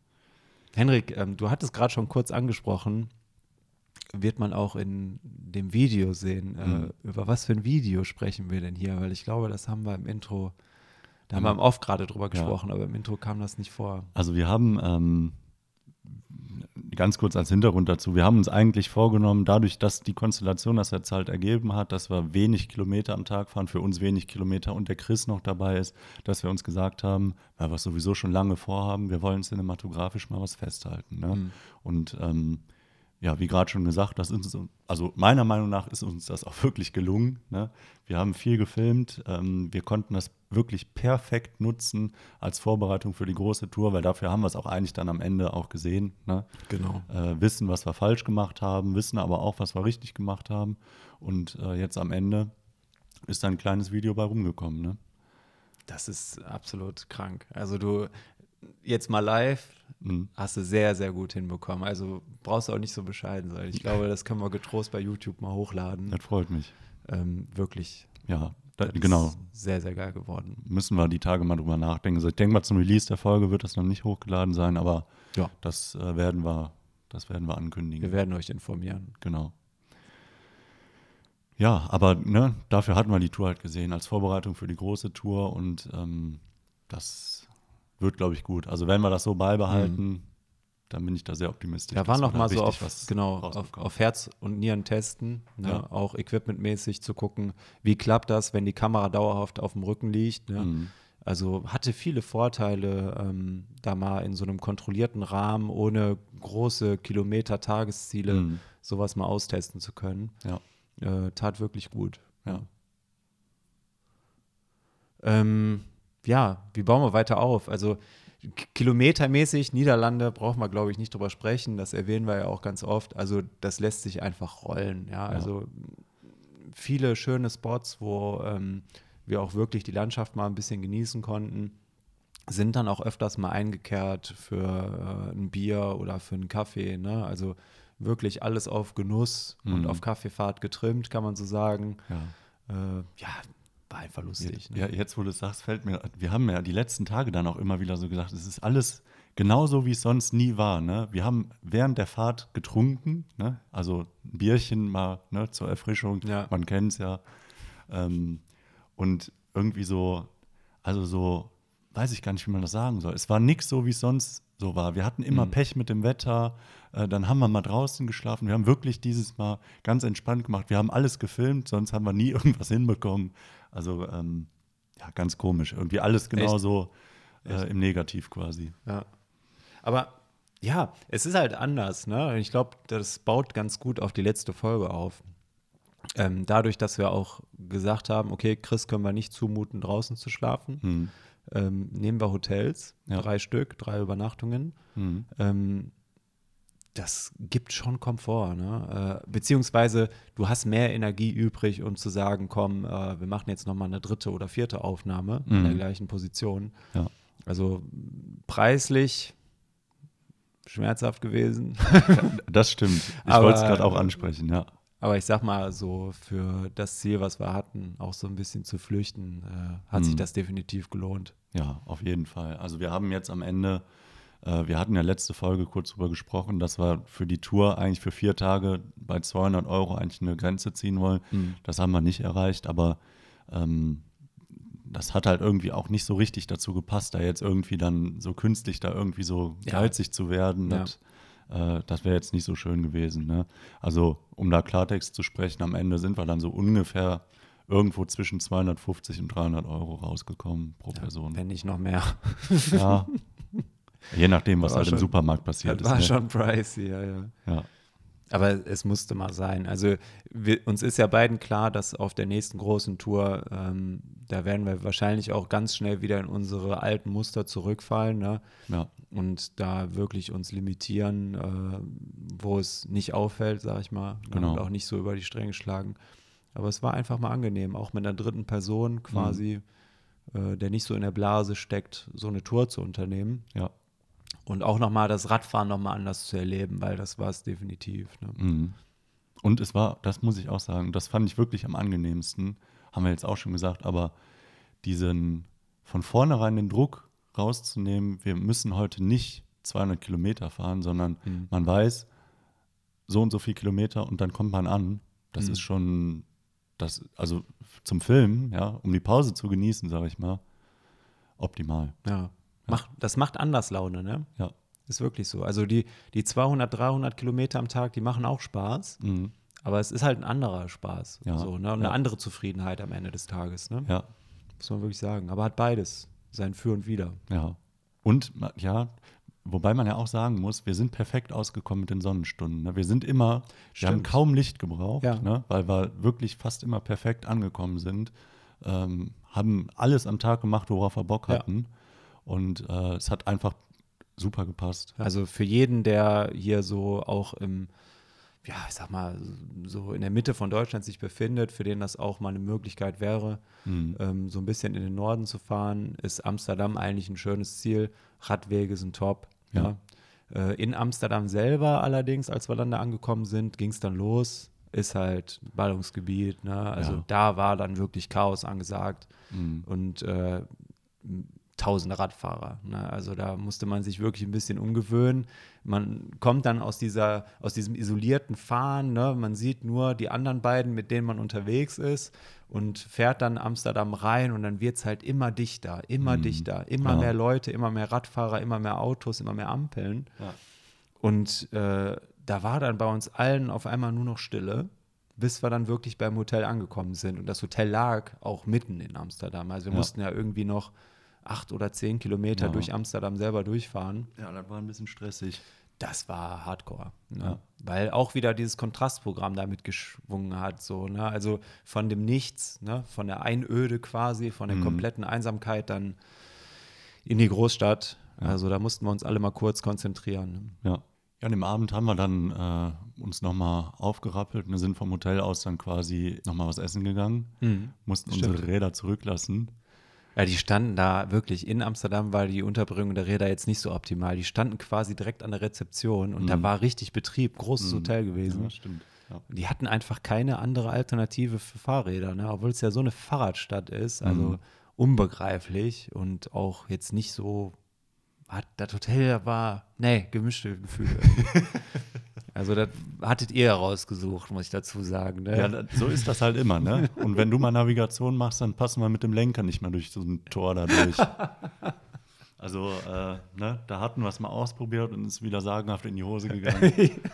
Speaker 2: Henrik, ähm, du hattest gerade schon kurz angesprochen, wird man auch in dem Video sehen. Äh,
Speaker 1: Mhm.
Speaker 2: Über was für ein Video sprechen wir denn hier? Weil ich glaube, das haben wir im Intro, da haben
Speaker 1: Mhm.
Speaker 2: wir im Off gerade drüber
Speaker 1: Ja.
Speaker 2: gesprochen, aber im Intro kam das nicht vor.
Speaker 1: Also wir haben, ähm, ganz kurz als Hintergrund dazu, wir haben uns eigentlich vorgenommen, dadurch, dass die Konstellation das jetzt halt ergeben hat, dass wir wenig Kilometer am Tag fahren, für uns wenig Kilometer und der Chris noch dabei ist, dass wir uns gesagt haben, weil wir es sowieso schon lange vorhaben, wir wollen cinematografisch mal was festhalten. Ne?
Speaker 2: Mhm.
Speaker 1: Und ähm, ja, wie gerade schon gesagt, das ist, also meiner Meinung nach ist uns das auch wirklich gelungen. Ne? Wir haben viel gefilmt, ähm, wir konnten das wirklich perfekt nutzen als Vorbereitung für die große Tour, weil dafür haben wir es auch eigentlich dann am Ende auch gesehen. Ne?
Speaker 2: Genau.
Speaker 1: Äh, wissen, was wir falsch gemacht haben, wissen aber auch, was wir richtig gemacht haben. Und äh, jetzt am Ende ist da ein kleines Video bei rumgekommen. Ne?
Speaker 2: Das ist absolut krank. Also du jetzt mal live
Speaker 1: Mhm.
Speaker 2: hast du sehr, sehr gut hinbekommen. Also brauchst du auch nicht so bescheiden sein. Ich glaube, das können wir getrost bei YouTube mal hochladen.
Speaker 1: Das freut mich.
Speaker 2: Ähm, wirklich.
Speaker 1: Ja, da,
Speaker 2: Das
Speaker 1: genau.
Speaker 2: ist sehr, sehr geil geworden.
Speaker 1: Müssen wir die Tage mal drüber nachdenken. Also ich denke mal, zum Release der Folge wird das noch nicht hochgeladen sein, aber
Speaker 2: Ja.
Speaker 1: das äh, werden wir, das werden wir ankündigen.
Speaker 2: Wir werden euch informieren.
Speaker 1: Genau. Ja, aber ne, dafür hatten wir die Tour halt gesehen, als Vorbereitung für die große Tour und ähm, das wird, glaube ich, gut. Also wenn wir das so beibehalten, mhm. dann bin ich da sehr optimistisch.
Speaker 2: Da waren noch mal so auf,
Speaker 1: was
Speaker 2: genau, auf, auf Herz und Nieren testen, ne?
Speaker 1: Ja.
Speaker 2: Auch equipmentmäßig zu gucken, wie klappt das, wenn die Kamera dauerhaft auf dem Rücken liegt. Ne?
Speaker 1: Mhm.
Speaker 2: Also hatte viele Vorteile, ähm, da mal in so einem kontrollierten Rahmen, ohne große Kilometer-Tagesziele,
Speaker 1: Mhm.
Speaker 2: sowas mal austesten zu können.
Speaker 1: Ja.
Speaker 2: Äh, tat wirklich gut.
Speaker 1: Ja.
Speaker 2: Ähm, ja, wie bauen wir weiter auf? Also k- kilometermäßig, Niederlande, braucht man, glaube ich, nicht drüber sprechen. Das erwähnen wir ja auch ganz oft. Also das lässt sich einfach rollen. Ja, also viele schöne Spots, wo ähm, wir auch wirklich die Landschaft mal ein bisschen genießen konnten, sind dann auch öfters mal eingekehrt für äh, ein Bier oder für einen Kaffee. Ne? Also wirklich alles auf Genuss
Speaker 1: Mhm.
Speaker 2: und auf Kaffeefahrt getrimmt, kann man so sagen.
Speaker 1: Ja.
Speaker 2: Äh, ja, war einfach lustig. Ne?
Speaker 1: Ja, jetzt, wo du es sagst, fällt mir, wir haben ja die letzten Tage dann auch immer wieder so gesagt, es ist alles genauso, wie es sonst nie war. Ne? Wir haben während der Fahrt getrunken, ne? Also ein Bierchen mal ne, zur Erfrischung,
Speaker 2: Ja.
Speaker 1: man kennt es ja. Ähm, und irgendwie so, also so, weiß ich gar nicht, wie man das sagen soll. Es war nichts so, wie es sonst so war. Wir hatten immer
Speaker 2: Mhm.
Speaker 1: Pech mit dem Wetter, äh, dann haben wir mal draußen geschlafen. Wir haben wirklich dieses Mal ganz entspannt gemacht. Wir haben alles gefilmt, sonst haben wir nie irgendwas hinbekommen. Also ähm, ja, ganz komisch. Irgendwie alles genauso äh, im Negativ quasi.
Speaker 2: Ja. Aber ja, es ist halt anders, ne? Ich glaube, das baut ganz gut auf die letzte Folge auf. Ähm, dadurch, dass wir auch gesagt haben, okay, Chris können wir nicht zumuten, draußen zu schlafen,
Speaker 1: Hm.
Speaker 2: ähm, nehmen wir Hotels,
Speaker 1: Ja.
Speaker 2: drei Stück, drei Übernachtungen.
Speaker 1: Hm.
Speaker 2: Ähm, das gibt schon Komfort, ne? Äh, beziehungsweise du hast mehr Energie übrig, um zu sagen, komm, äh, wir machen jetzt nochmal eine dritte oder vierte Aufnahme in der
Speaker 1: Mhm.
Speaker 2: gleichen Position.
Speaker 1: Ja.
Speaker 2: Also preislich schmerzhaft gewesen.
Speaker 1: Das stimmt. Ich
Speaker 2: Aber-
Speaker 1: wollte es gerade auch ansprechen, ja.
Speaker 2: Aber ich sag mal, so für das Ziel, was wir hatten, auch so ein bisschen zu flüchten, äh, hat sich
Speaker 1: Mhm.
Speaker 2: das definitiv gelohnt.
Speaker 1: Ja, auf jeden Fall. Also wir haben jetzt am Ende, äh, wir hatten ja letzte Folge kurz drüber gesprochen, dass wir für die Tour eigentlich für vier Tage bei zweihundert Euro eigentlich eine Grenze ziehen wollen.
Speaker 2: Mhm.
Speaker 1: Das haben wir nicht erreicht, aber ähm, das hat halt irgendwie auch nicht so richtig dazu gepasst, da jetzt irgendwie dann so künstlich da irgendwie so
Speaker 2: Ja.
Speaker 1: geizig zu werden.
Speaker 2: Ja.
Speaker 1: Das, äh, das wäre jetzt nicht so schön gewesen. Ne? Also um da Klartext zu sprechen, am Ende sind wir dann so ungefähr irgendwo zwischen zweihundertfünfzig und dreihundert Euro rausgekommen pro Person.
Speaker 2: Wenn nicht noch mehr.
Speaker 1: Ja. Je nachdem, was
Speaker 2: War
Speaker 1: halt im
Speaker 2: schon-
Speaker 1: Supermarkt passiert
Speaker 2: Das war
Speaker 1: ist. Ne?
Speaker 2: schon pricey, ja, ja.
Speaker 1: Ja.
Speaker 2: Aber es musste mal sein. Also wir, uns ist ja beiden klar, dass auf der nächsten großen Tour, ähm, da werden wir wahrscheinlich auch ganz schnell wieder in unsere alten Muster zurückfallen, ne?
Speaker 1: Ja.
Speaker 2: Und da wirklich uns limitieren, äh, wo es nicht auffällt, sag ich mal. Ne?
Speaker 1: Genau.
Speaker 2: Und auch nicht so über die Stränge schlagen. Aber es war einfach mal angenehm, auch mit einer dritten Person quasi, äh, der nicht so in der Blase steckt, so eine Tour zu unternehmen.
Speaker 1: Ja.
Speaker 2: Und auch nochmal das Radfahren nochmal anders zu erleben, weil das war es definitiv. Ne?
Speaker 1: Mhm. Und es war, das muss ich auch sagen, das fand ich wirklich am angenehmsten, haben wir jetzt auch schon gesagt, aber diesen von vornherein den Druck rauszunehmen, wir müssen heute nicht zweihundert Kilometer fahren, sondern
Speaker 2: Mhm.
Speaker 1: man weiß, so und so viel Kilometer und dann kommt man an. Das
Speaker 2: Mhm.
Speaker 1: ist schon, das, also zum Film, ja, um die Pause zu genießen, sage ich mal, optimal.
Speaker 2: Ja. Macht, das macht anders Laune, ne?
Speaker 1: Ja.
Speaker 2: Ist wirklich so. Also die, die zweihundert, dreihundert Kilometer am Tag, die machen auch Spaß,
Speaker 1: Mhm.
Speaker 2: aber es ist halt ein anderer Spaß.
Speaker 1: Ja.
Speaker 2: So, ne? Und eine
Speaker 1: Ja.
Speaker 2: andere Zufriedenheit am Ende des Tages, ne?
Speaker 1: Ja.
Speaker 2: Muss man wirklich sagen. Aber hat beides sein Für und Wider.
Speaker 1: Ja. Und ja, wobei man ja auch sagen muss, wir sind perfekt ausgekommen mit den Sonnenstunden. Ne? Wir sind immer, wir haben
Speaker 2: Stimmt.
Speaker 1: kaum Licht gebraucht,
Speaker 2: Ja.
Speaker 1: ne? Weil wir wirklich fast immer perfekt angekommen sind. Ähm, haben alles am Tag gemacht, worauf wir Bock
Speaker 2: Ja.
Speaker 1: hatten. Und äh, es hat einfach super gepasst.
Speaker 2: Also für jeden, der hier so auch im, ja, ich sag mal, so in der Mitte von Deutschland sich befindet, für den das auch mal eine Möglichkeit wäre, mhm. ähm, so ein bisschen in den Norden zu fahren, ist Amsterdam eigentlich ein schönes Ziel. Radwege sind top. Ja. Ja. Äh, in Amsterdam selber allerdings, als wir dann da angekommen sind, ging es dann los. Ist halt Ballungsgebiet, ne? Also ja. da war dann wirklich Chaos angesagt mhm. und äh, tausende Radfahrer. Ne? Also da musste man sich wirklich ein bisschen umgewöhnen. Man kommt dann aus dieser, aus diesem isolierten Fahren, ne? Man sieht nur die anderen beiden, mit denen man unterwegs ist und fährt dann Amsterdam rein und dann wird es halt immer dichter, immer mhm. dichter, immer ja. mehr Leute, immer mehr Radfahrer, immer mehr Autos, immer mehr Ampeln. Ja. Und äh, da war dann bei uns allen auf einmal nur noch Stille, bis wir dann wirklich beim Hotel angekommen sind. Und das Hotel lag auch mitten in Amsterdam. Also wir ja. mussten ja irgendwie noch acht oder zehn Kilometer ja. durch Amsterdam selber durchfahren.
Speaker 1: Ja, das war ein bisschen stressig.
Speaker 2: Das war Hardcore. Ne? Ja. Weil auch wieder dieses Kontrastprogramm damit geschwungen hat. So, ne? Also von dem Nichts, ne? Von der Einöde quasi, von der mhm. kompletten Einsamkeit dann in die Großstadt. Ja. Also da mussten wir uns alle mal kurz konzentrieren.
Speaker 1: Ja. Ja, an dem Abend haben wir dann äh, uns nochmal aufgerappelt und sind vom Hotel aus dann quasi nochmal was essen gegangen. Mhm. Mussten Stimmt. unsere Räder zurücklassen.
Speaker 2: Ja, die standen da wirklich, in Amsterdam war die Unterbringung der Räder jetzt nicht so optimal. Die standen quasi direkt an der Rezeption und mhm. da war richtig Betrieb, großes mhm. Hotel gewesen.
Speaker 1: Ja, stimmt. Ja.
Speaker 2: Die hatten einfach keine andere Alternative für Fahrräder, ne? Obwohl es ja so eine Fahrradstadt ist, also mhm. unbegreiflich und auch jetzt nicht so, hat, das Hotel war, nee, gemischte Gefühle. Also das hattet ihr rausgesucht, muss ich dazu sagen. Ne?
Speaker 1: Ja, das, so ist das halt immer, ne? Und wenn du mal Navigation machst, dann passen wir mit dem Lenker nicht mehr durch so ein Tor da durch. Also, äh, ne, da hatten wir es mal ausprobiert und ist wieder sagenhaft in die Hose gegangen.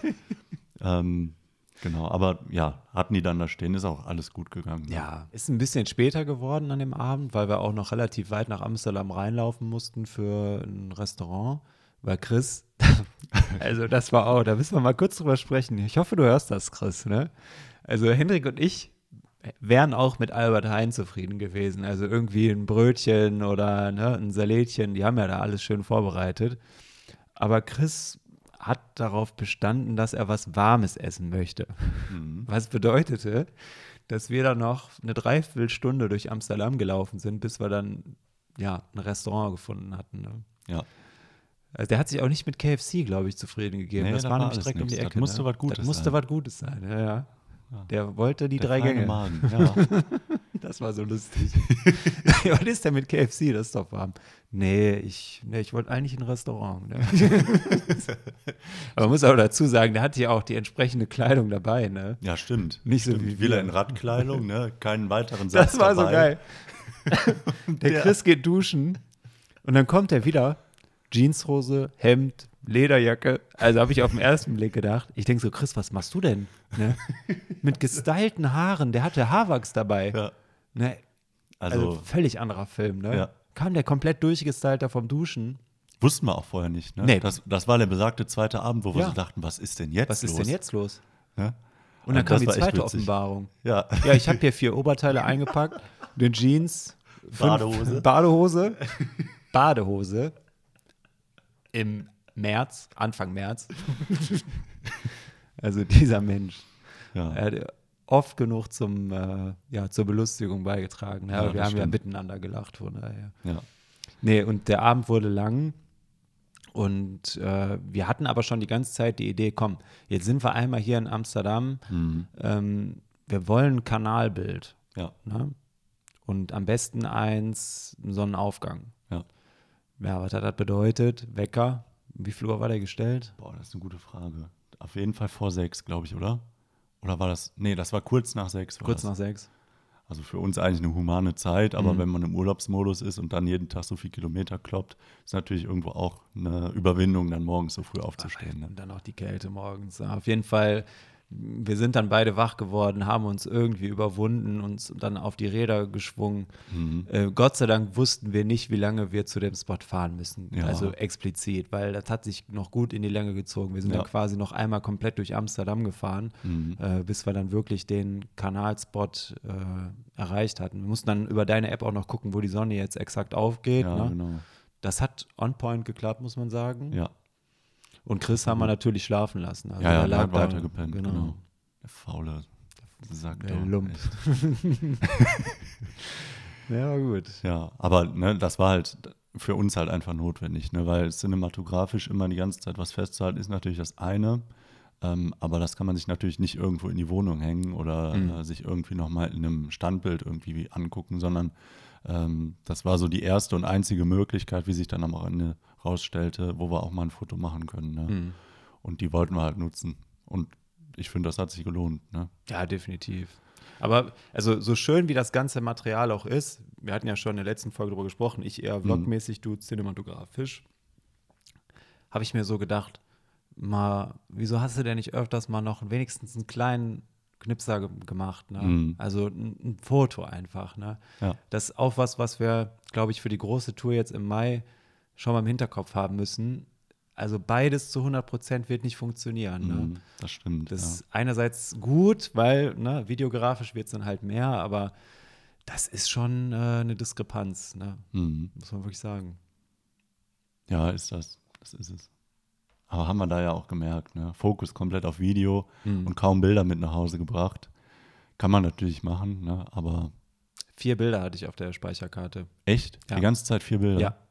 Speaker 1: ähm, genau, aber ja, hatten die dann da stehen, ist auch alles gut gegangen. Ne?
Speaker 2: Ja, ist ein bisschen später geworden an dem Abend, weil wir auch noch relativ weit nach Amsterdam reinlaufen mussten für ein Restaurant. Weil Chris, also das war auch, da müssen wir mal kurz drüber sprechen. Ich hoffe, du hörst das, Chris, ne? Also Hendrik und ich wären auch mit Albert Heijn zufrieden gewesen. Also irgendwie ein Brötchen oder ne, ein Salätchen, die haben ja da alles schön vorbereitet. Aber Chris hat darauf bestanden, dass er was Warmes essen möchte. Mhm. Was bedeutete, dass wir dann noch eine Dreiviertelstunde durch Amsterdam gelaufen sind, bis wir dann ja ein Restaurant gefunden hatten. Ne?
Speaker 1: Ja.
Speaker 2: Also der hat sich auch nicht mit K F C, glaube ich, zufrieden gegeben. Nee, das, das war nämlich direkt um die Ecke.
Speaker 1: Das musste
Speaker 2: ne?
Speaker 1: was Gutes
Speaker 2: das musste
Speaker 1: sein.
Speaker 2: was Gutes sein, ja, ja. Ja. Der wollte die
Speaker 1: der
Speaker 2: drei Gänge.
Speaker 1: Magen, ja.
Speaker 2: Das war so lustig. Was ist denn mit K F C? Das ist doch warm. Nee, ich, nee, ich wollte eigentlich ein Restaurant. Ne? Aber man muss auch dazu sagen, der hatte ja auch die entsprechende Kleidung dabei. Ne?
Speaker 1: Ja, stimmt.
Speaker 2: Nicht so
Speaker 1: stimmt.
Speaker 2: wie
Speaker 1: Wieder in Radkleidung, ne? Keinen weiteren Satz
Speaker 2: Das war
Speaker 1: dabei.
Speaker 2: so geil. Der, der Chris geht duschen und dann kommt er wieder. Jeanshose, Hemd, Lederjacke. Also habe ich auf den ersten Blick gedacht. Ich denke so, Chris, was machst du denn? Ne? Mit gestylten Haaren. Der hatte Haarwachs dabei. Ja. Ne? Also, also völlig anderer Film. Ne? Ja. Kam der komplett durchgestylter vom Duschen.
Speaker 1: Wussten wir auch vorher nicht. Ne?
Speaker 2: Nee.
Speaker 1: Das, das war der besagte zweite Abend, wo wir ja. so dachten, was ist denn jetzt
Speaker 2: was
Speaker 1: los?
Speaker 2: Was ist denn jetzt los?
Speaker 1: Ja?
Speaker 2: Und dann also kam die zweite Offenbarung.
Speaker 1: Ja,
Speaker 2: ja ich habe hier vier Oberteile eingepackt. Eine Jeans.
Speaker 1: Badehose.
Speaker 2: Badehose. Badehose. Im März, Anfang März. Also dieser Mensch.
Speaker 1: Ja.
Speaker 2: Er hat oft genug zum, äh, ja, zur Belustigung beigetragen. Ja,
Speaker 1: ja,
Speaker 2: wir haben
Speaker 1: stimmt.
Speaker 2: ja miteinander gelacht, von daher.
Speaker 1: Ja.
Speaker 2: Nee, und der Abend wurde lang und äh, wir hatten aber schon die ganze Zeit die Idee, komm, jetzt sind wir einmal hier in Amsterdam,
Speaker 1: mhm.
Speaker 2: ähm, wir wollen ein Kanalbild.
Speaker 1: Ja.
Speaker 2: Ne? Und am besten eins, einen Sonnenaufgang.
Speaker 1: Ja.
Speaker 2: Ja, was hat das bedeutet? Wecker? Wie viel Uhr war der gestellt?
Speaker 1: Boah, das ist eine gute Frage. Auf jeden Fall vor sechs, glaube ich, oder? Oder war das, nee, das war kurz nach sechs.
Speaker 2: Kurz
Speaker 1: das.
Speaker 2: nach sechs.
Speaker 1: Also für uns eigentlich eine humane Zeit, aber
Speaker 2: mhm.
Speaker 1: wenn man im Urlaubsmodus ist und dann jeden Tag so viel Kilometer kloppt, ist natürlich irgendwo auch eine Überwindung, dann morgens so früh aufzustehen. Ne?
Speaker 2: Und dann auch die Kälte morgens. Ja, auf jeden Fall, wir sind dann beide wach geworden, haben uns irgendwie überwunden, uns dann auf die Räder geschwungen.
Speaker 1: Mhm.
Speaker 2: Äh, Gott sei Dank wussten wir nicht, wie lange wir zu dem Spot fahren müssen.
Speaker 1: Ja.
Speaker 2: Also explizit, weil das hat sich noch gut in die Länge gezogen. Wir sind
Speaker 1: ja.
Speaker 2: dann quasi noch einmal komplett durch Amsterdam gefahren,
Speaker 1: mhm.
Speaker 2: äh, bis wir dann wirklich den Kanalspot äh, erreicht hatten. Wir mussten dann über deine App auch noch gucken, wo die Sonne jetzt exakt aufgeht.
Speaker 1: Ja,
Speaker 2: ne?
Speaker 1: genau.
Speaker 2: Das hat on point geklappt, muss man sagen.
Speaker 1: Ja.
Speaker 2: Und Chris haben wir natürlich schlafen lassen. Also
Speaker 1: ja, ja,
Speaker 2: der lag
Speaker 1: hat
Speaker 2: da,
Speaker 1: weiter gepennt, genau. genau. Der faule Sack.
Speaker 2: Der Lump. Ja, war gut.
Speaker 1: Ja, aber ne, das war halt für uns halt einfach notwendig, ne, weil cinematografisch immer die ganze Zeit was festzuhalten ist natürlich das eine, ähm, aber das kann man sich natürlich nicht irgendwo in die Wohnung hängen oder
Speaker 2: Mhm.
Speaker 1: äh, sich irgendwie nochmal in einem Standbild irgendwie angucken, sondern ähm, das war so die erste und einzige Möglichkeit, wie sich dann am Ende rausstellte, wo wir auch mal ein Foto machen können. Ne?
Speaker 2: Mhm.
Speaker 1: Und die wollten wir halt nutzen. Und ich finde, das hat sich gelohnt. Ne?
Speaker 2: Ja, definitiv. Aber also so schön wie das ganze Material auch ist, wir hatten ja schon in der letzten Folge darüber gesprochen, ich eher vlogmäßig, du cinematografisch, habe ich mir so gedacht, mal, wieso hast du denn nicht öfters mal noch wenigstens einen kleinen Knipser ge- gemacht, ne?
Speaker 1: Mhm.
Speaker 2: Also ein, ein Foto einfach, ne?
Speaker 1: Ja.
Speaker 2: Das ist auch was, was wir, glaube ich, für die große Tour jetzt im Mai schon mal im Hinterkopf haben müssen. Also beides zu hundert Prozent wird nicht funktionieren, ne?
Speaker 1: Mhm, das stimmt.
Speaker 2: Das
Speaker 1: ja.
Speaker 2: ist einerseits gut, weil ne, videografisch wird es dann halt mehr, aber das ist schon äh, eine Diskrepanz, ne?
Speaker 1: Mhm.
Speaker 2: Muss man wirklich sagen.
Speaker 1: Ja, ist das. Das ist es. Aber haben wir da ja auch gemerkt, ne? Fokus komplett auf Video
Speaker 2: Mhm.
Speaker 1: und kaum Bilder mit nach Hause gebracht. Kann man natürlich machen, ne? Aber
Speaker 2: Vier Bilder hatte ich auf der Speicherkarte.
Speaker 1: echt?
Speaker 2: Ja.
Speaker 1: Die ganze Zeit vier Bilder?
Speaker 2: Ja,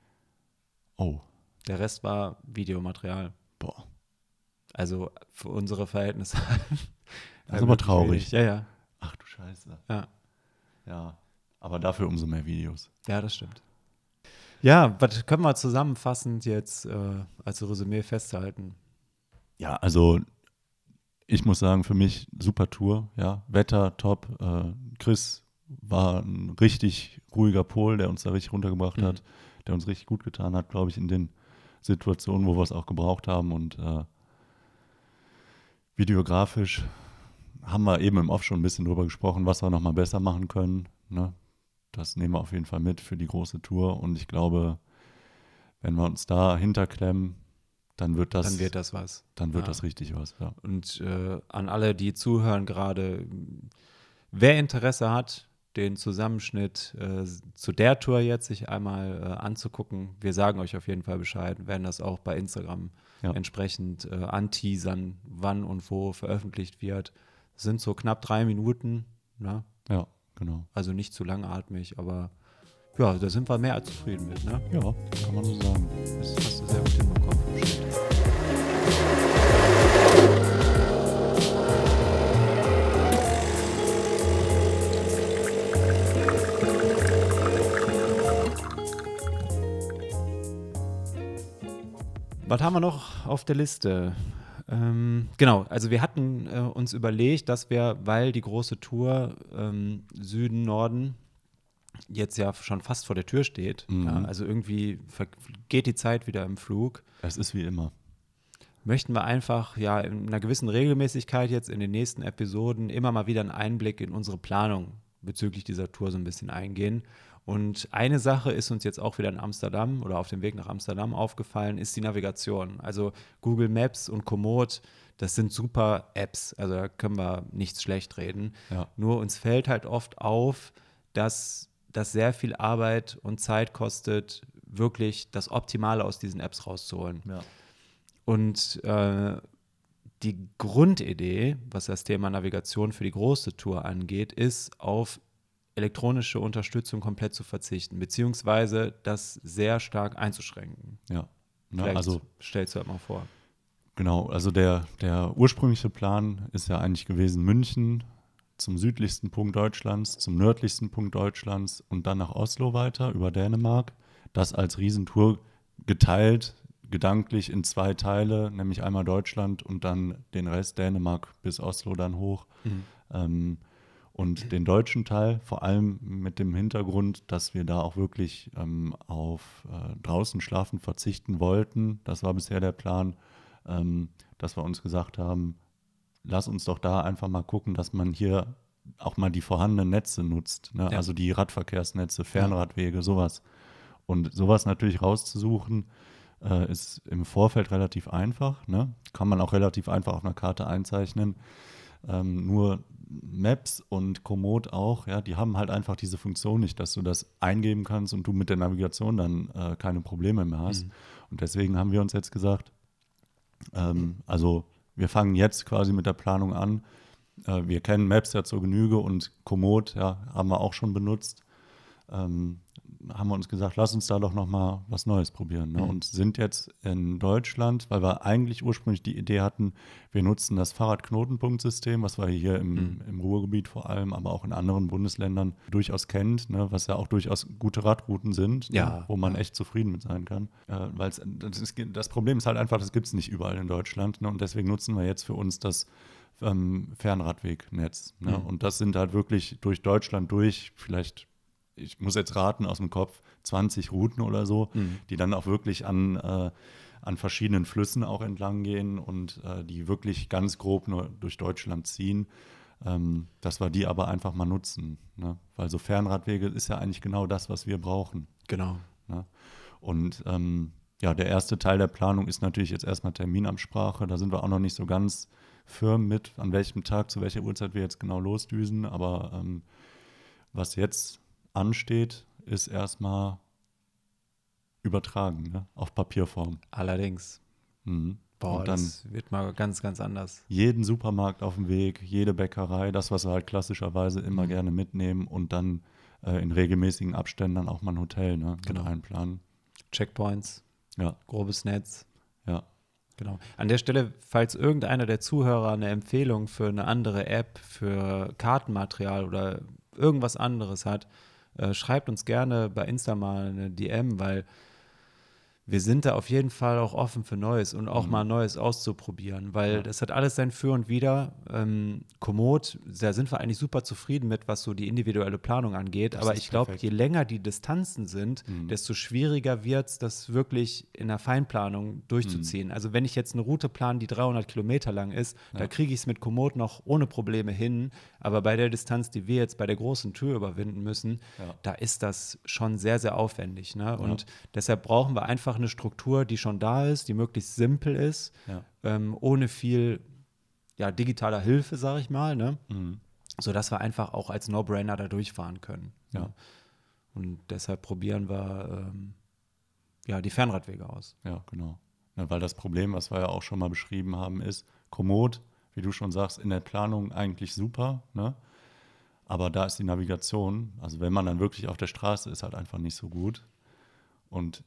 Speaker 1: Oh,
Speaker 2: der Rest war Videomaterial.
Speaker 1: boah.
Speaker 2: Also für unsere Verhältnisse.
Speaker 1: Das ist aber traurig.
Speaker 2: Ja, ja,
Speaker 1: Ach du Scheiße.
Speaker 2: ja.
Speaker 1: Ja, aber dafür umso mehr Videos.
Speaker 2: Ja, das stimmt. Ja, was können wir zusammenfassend jetzt äh, als Resümee festhalten?
Speaker 1: Ja, also ich muss sagen, für mich super Tour, ja, Wetter top, äh, Chris war ein richtig ruhiger Pol, der uns da richtig runtergebracht
Speaker 2: Mhm.
Speaker 1: hat, der uns richtig gut getan hat, glaube ich, in den Situationen, wo wir es auch gebraucht haben und äh, videografisch haben wir eben im Off schon ein bisschen drüber gesprochen, was wir nochmal besser machen können, ne? Das nehmen wir auf jeden Fall mit für die große Tour und ich glaube, wenn wir uns da hinterklemmen, dann wird das,
Speaker 2: Dann wird das was.
Speaker 1: dann wird
Speaker 2: Ja.
Speaker 1: das richtig was, ja.
Speaker 2: Und äh, an alle, die zuhören gerade, wer Interesse hat, den Zusammenschnitt äh, zu der Tour jetzt sich einmal äh, anzugucken, wir sagen euch auf jeden Fall Bescheid, werden das auch bei Instagram
Speaker 1: Ja.
Speaker 2: entsprechend äh, anteasern, wann und wo veröffentlicht wird. Das sind so knapp drei Minuten, ne?
Speaker 1: Ja, genau.
Speaker 2: Also nicht zu langatmig, aber ja, da sind wir mehr als zufrieden mit, ne?
Speaker 1: Ja, kann man so sagen.
Speaker 2: Das hast du sehr gut hinbekommen vom Schnitt. Was haben wir noch auf der Liste? Ähm, genau, also wir hatten äh, uns überlegt, dass wir, weil die große Tour ähm, Süden, Norden jetzt ja schon fast vor der Tür steht,
Speaker 1: Mhm.
Speaker 2: ja, also irgendwie geht die Zeit wieder im Flug,
Speaker 1: Es ist wie immer.
Speaker 2: möchten wir einfach ja in einer gewissen Regelmäßigkeit jetzt in den nächsten Episoden immer mal wieder einen Einblick in unsere Planung bezüglich dieser Tour so ein bisschen eingehen. Und eine Sache ist uns jetzt auch wieder in Amsterdam oder auf dem Weg nach Amsterdam aufgefallen, ist die Navigation. Also Google Maps und Komoot, das sind super Apps, also da können wir nichts schlecht reden.
Speaker 1: Ja.
Speaker 2: Nur uns fällt halt oft auf, dass das sehr viel Arbeit und Zeit kostet, wirklich das Optimale aus diesen Apps rauszuholen.
Speaker 1: Ja.
Speaker 2: Und äh, die Grundidee, was das Thema Navigation für die große Tour angeht, ist, auf elektronische Unterstützung komplett zu verzichten, beziehungsweise das sehr stark einzuschränken.
Speaker 1: Ja. Ne,
Speaker 2: Vielleicht
Speaker 1: also
Speaker 2: stellst du das mal vor.
Speaker 1: genau, also der, der ursprüngliche Plan ist ja eigentlich gewesen, München zum südlichsten Punkt Deutschlands, zum nördlichsten Punkt Deutschlands und dann nach Oslo weiter über Dänemark. Das als Riesentour geteilt, gedanklich in zwei Teile, nämlich einmal Deutschland und dann den Rest Dänemark bis Oslo dann hoch.
Speaker 2: Mhm.
Speaker 1: Ähm, und den deutschen Teil, vor allem mit dem Hintergrund, dass wir da auch wirklich ähm, auf äh, draußen schlafen verzichten wollten. Das war bisher der Plan, ähm, dass wir uns gesagt haben, lass uns doch da einfach mal gucken, dass man hier auch mal die vorhandenen Netze nutzt. Ne?
Speaker 2: Ja.
Speaker 1: Also die Radverkehrsnetze, Fernradwege, sowas. Und sowas natürlich rauszusuchen, äh, ist im Vorfeld relativ einfach. Ne? Kann man auch relativ einfach auf einer Karte einzeichnen. Ähm, nur Maps und Komoot auch, ja, die haben halt einfach diese Funktion nicht, dass du das eingeben kannst und du mit der Navigation dann äh, keine Probleme mehr hast.
Speaker 2: Mhm.
Speaker 1: Und deswegen haben wir uns jetzt gesagt, Ähm, also wir fangen jetzt quasi mit der Planung an. Äh, wir kennen Maps ja zur Genüge und Komoot, ja, haben wir auch schon benutzt. Ähm, haben wir uns gesagt, lass uns da doch nochmal was Neues probieren. Ne?
Speaker 2: Mhm.
Speaker 1: Und sind jetzt in Deutschland, weil wir eigentlich ursprünglich die Idee hatten, wir nutzen das Fahrradknotenpunktsystem, was wir hier im,
Speaker 2: Mhm.
Speaker 1: im Ruhrgebiet vor allem, aber auch in anderen Bundesländern durchaus kennt, ne? Was ja auch durchaus gute Radrouten sind,
Speaker 2: Ja,
Speaker 1: ne? Wo man
Speaker 2: ja.
Speaker 1: echt zufrieden mit sein kann. Äh, weil's, das, ist, das Problem ist halt einfach, das gibt es nicht überall in Deutschland. Ne? Und deswegen nutzen wir jetzt für uns das ähm, Fernradwegnetz. Ne?
Speaker 2: Mhm.
Speaker 1: Und das sind halt wirklich durch Deutschland durch, vielleicht ich muss jetzt raten aus dem Kopf, zwanzig Routen oder so,
Speaker 2: Mhm.
Speaker 1: die dann auch wirklich an, äh, an verschiedenen Flüssen auch entlang gehen und äh, die wirklich ganz grob nur durch Deutschland ziehen, ähm, dass wir die aber einfach mal nutzen. Ne? Weil so Fernradwege ist ja eigentlich genau das, was wir brauchen.
Speaker 2: Genau.
Speaker 1: Ne? Und ähm, ja, der erste Teil der Planung ist natürlich jetzt erstmal Terminabsprache. Da sind wir auch noch nicht so ganz firm mit, an welchem Tag, zu welcher Uhrzeit wir jetzt genau losdüsen. Aber ähm, was jetzt ansteht, ist erstmal übertragen, ne? Auf Papierform.
Speaker 2: Allerdings.
Speaker 1: Mhm.
Speaker 2: Boah,
Speaker 1: Und dann
Speaker 2: das wird mal ganz, ganz anders.
Speaker 1: jeden Supermarkt auf dem Weg, jede Bäckerei, das, was wir halt klassischerweise immer
Speaker 2: Mhm.
Speaker 1: gerne mitnehmen und dann äh, in regelmäßigen Abständen dann auch mal ein Hotel, ne? Mit
Speaker 2: Genau.
Speaker 1: einplanen.
Speaker 2: Checkpoints,
Speaker 1: Ja,
Speaker 2: grobes Netz.
Speaker 1: ja.
Speaker 2: Genau. An der Stelle, falls irgendeiner der Zuhörer eine Empfehlung für eine andere App, für Kartenmaterial oder irgendwas anderes hat, äh, schreibt uns gerne bei Insta mal eine D M, weil wir sind da auf jeden Fall auch offen für Neues und auch
Speaker 1: Mhm.
Speaker 2: mal Neues auszuprobieren, weil
Speaker 1: Ja.
Speaker 2: das hat alles sein Für und Wider. Ähm, Komoot, da sind wir eigentlich super zufrieden mit, was so die individuelle Planung angeht.
Speaker 1: Das
Speaker 2: Aber
Speaker 1: ist
Speaker 2: ich glaube,
Speaker 1: perfekt.
Speaker 2: je länger die Distanzen sind,
Speaker 1: Mhm.
Speaker 2: desto schwieriger wird es, das wirklich in der Feinplanung durchzuziehen. Also wenn ich jetzt eine Route plane, die dreihundert Kilometer lang ist,
Speaker 1: Ja.
Speaker 2: da kriege ich es mit Komoot noch ohne Probleme hin. Aber bei der Distanz, die wir jetzt bei der großen Tür überwinden müssen,
Speaker 1: Ja.
Speaker 2: da ist das schon sehr, sehr aufwendig. Ne? Und deshalb brauchen wir einfach eine Struktur, die schon da ist, die möglichst simpel ist,
Speaker 1: Ja.
Speaker 2: ähm, ohne viel ja, digitaler Hilfe, sage ich mal, ne?
Speaker 1: Mhm.
Speaker 2: Sodass wir einfach auch als No-Brainer da durchfahren können.
Speaker 1: Ja.
Speaker 2: Ne? Und deshalb probieren wir ähm, ja, die Fernradwege aus.
Speaker 1: Ja, genau. Ja, weil das Problem, was wir ja auch schon mal beschrieben haben, ist, Komoot, wie du schon sagst, in der Planung eigentlich super, ne? Aber da ist die Navigation, also wenn man dann wirklich auf der Straße ist, halt einfach nicht so gut. Und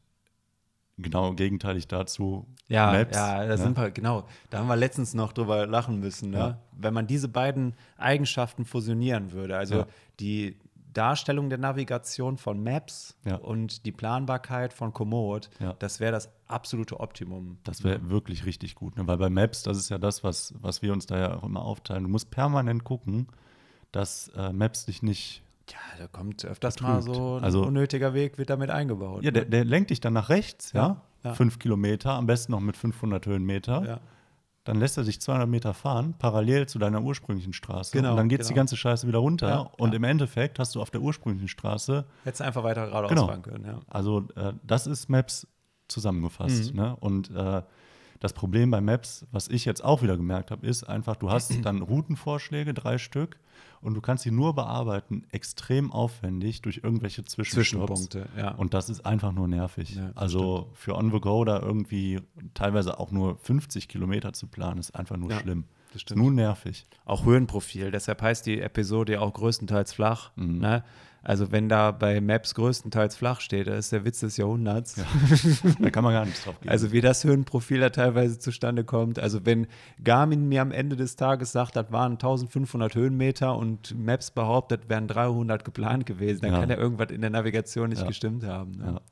Speaker 1: genau gegenteilig dazu
Speaker 2: Ja,
Speaker 1: Maps.
Speaker 2: ja, da
Speaker 1: ne?
Speaker 2: sind wir, genau. Da haben wir letztens noch drüber lachen müssen, ne?
Speaker 1: Ja.
Speaker 2: Wenn man diese beiden Eigenschaften fusionieren würde, also
Speaker 1: Ja.
Speaker 2: die Darstellung der Navigation von Maps
Speaker 1: Ja.
Speaker 2: und die Planbarkeit von Komoot,
Speaker 1: Ja.
Speaker 2: das wäre das absolute Optimum.
Speaker 1: Das wäre wirklich richtig gut, ne? Weil bei Maps, das ist ja das, was, was wir uns da ja auch immer aufteilen. Du musst permanent gucken, dass äh, Maps dich nicht.
Speaker 2: Ja, da kommt öfters
Speaker 1: Betrügt.
Speaker 2: mal so ein
Speaker 1: Also-
Speaker 2: unnötiger Weg, wird damit eingebaut.
Speaker 1: Ja, der,
Speaker 2: ne?
Speaker 1: der lenkt dich dann nach rechts, ja,
Speaker 2: Ja, ja.
Speaker 1: fünf Kilometer, am besten noch mit fünfhundert Höhenmeter.
Speaker 2: ja.
Speaker 1: Dann lässt er sich zweihundert Meter fahren, parallel zu deiner ursprünglichen Straße.
Speaker 2: Genau,
Speaker 1: und dann geht die
Speaker 2: genau.
Speaker 1: ganze Scheiße wieder runter.
Speaker 2: Ja,
Speaker 1: und
Speaker 2: ja.
Speaker 1: im Endeffekt hast du auf der ursprünglichen Straße,
Speaker 2: Hättest du einfach weiter geradeaus
Speaker 1: Genau.
Speaker 2: fahren können, ja.
Speaker 1: also äh, das ist Maps zusammengefasst.
Speaker 2: Mhm.
Speaker 1: Ne? Und äh, das Problem bei Maps, was ich jetzt auch wieder gemerkt habe, ist einfach, du hast dann Routenvorschläge, drei Stück, und du kannst sie nur bearbeiten, extrem aufwendig durch irgendwelche Zwischenstopps.
Speaker 2: Zwischenpunkte, ja.
Speaker 1: Und das ist einfach nur nervig.
Speaker 2: Ja, das
Speaker 1: also für On the Go da irgendwie teilweise auch nur fünfzig Kilometer zu planen, ist einfach nur
Speaker 2: Ja,
Speaker 1: schlimm.
Speaker 2: das
Speaker 1: Ist
Speaker 2: stimmt.
Speaker 1: nur nervig.
Speaker 2: Auch Höhenprofil, deshalb heißt die Episode ja auch größtenteils flach.
Speaker 1: Mhm.
Speaker 2: Ne? Also wenn da bei Maps größtenteils flach steht, das ist der Witz des Jahrhunderts.
Speaker 1: Da kann man gar nichts drauf geben.
Speaker 2: Also wie das Höhenprofil da teilweise zustande kommt. Also wenn Garmin mir am Ende des Tages sagt, das waren eintausendfünfhundert Höhenmeter und Maps behauptet, wären dreihundert geplant gewesen, dann
Speaker 1: Ja.
Speaker 2: kann ja irgendwas in der Navigation nicht
Speaker 1: Ja.
Speaker 2: gestimmt haben. Ne?
Speaker 1: Ja.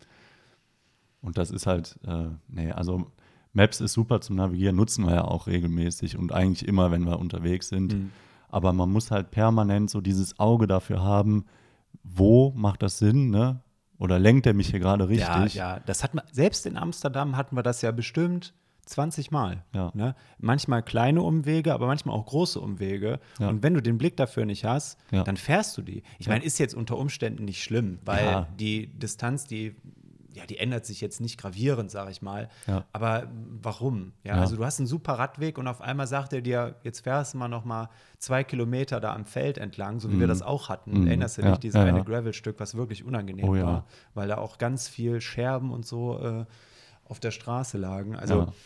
Speaker 1: Und das ist halt, äh, nee, also Maps ist super zum Navigieren, nutzen wir ja auch regelmäßig und eigentlich immer, wenn wir unterwegs sind.
Speaker 2: Mhm.
Speaker 1: Aber man muss halt permanent so dieses Auge dafür haben, wo macht das Sinn, ne? Oder lenkt er mich hier gerade richtig?
Speaker 2: Ja, ja, das hat man, selbst in Amsterdam hatten wir das ja bestimmt zwanzig Mal.
Speaker 1: Ja.
Speaker 2: Ne? Manchmal kleine Umwege, aber manchmal auch große Umwege.
Speaker 1: Ja.
Speaker 2: Und wenn du den Blick dafür nicht hast,
Speaker 1: Ja.
Speaker 2: dann fährst du die. Ich
Speaker 1: Ja.
Speaker 2: meine, ist jetzt unter Umständen nicht schlimm, weil
Speaker 1: Ja.
Speaker 2: die Distanz, die, ja, die ändert sich jetzt nicht gravierend, sage ich mal.
Speaker 1: Ja.
Speaker 2: Aber warum? Ja,
Speaker 1: Ja.
Speaker 2: Also du hast einen super Radweg und auf einmal sagt er dir, jetzt fährst du mal noch mal zwei Kilometer da am Feld entlang, so wie wir
Speaker 1: Mhm.
Speaker 2: das auch hatten.
Speaker 1: Mhm.
Speaker 2: Erinnerst du
Speaker 1: Ja.
Speaker 2: dich, dieses
Speaker 1: Ja,
Speaker 2: eine
Speaker 1: ja.
Speaker 2: Gravelstück, was wirklich unangenehm
Speaker 1: Oh ja.
Speaker 2: war, weil da auch ganz viel Scherben und so äh, auf der Straße lagen. Also
Speaker 1: Ja.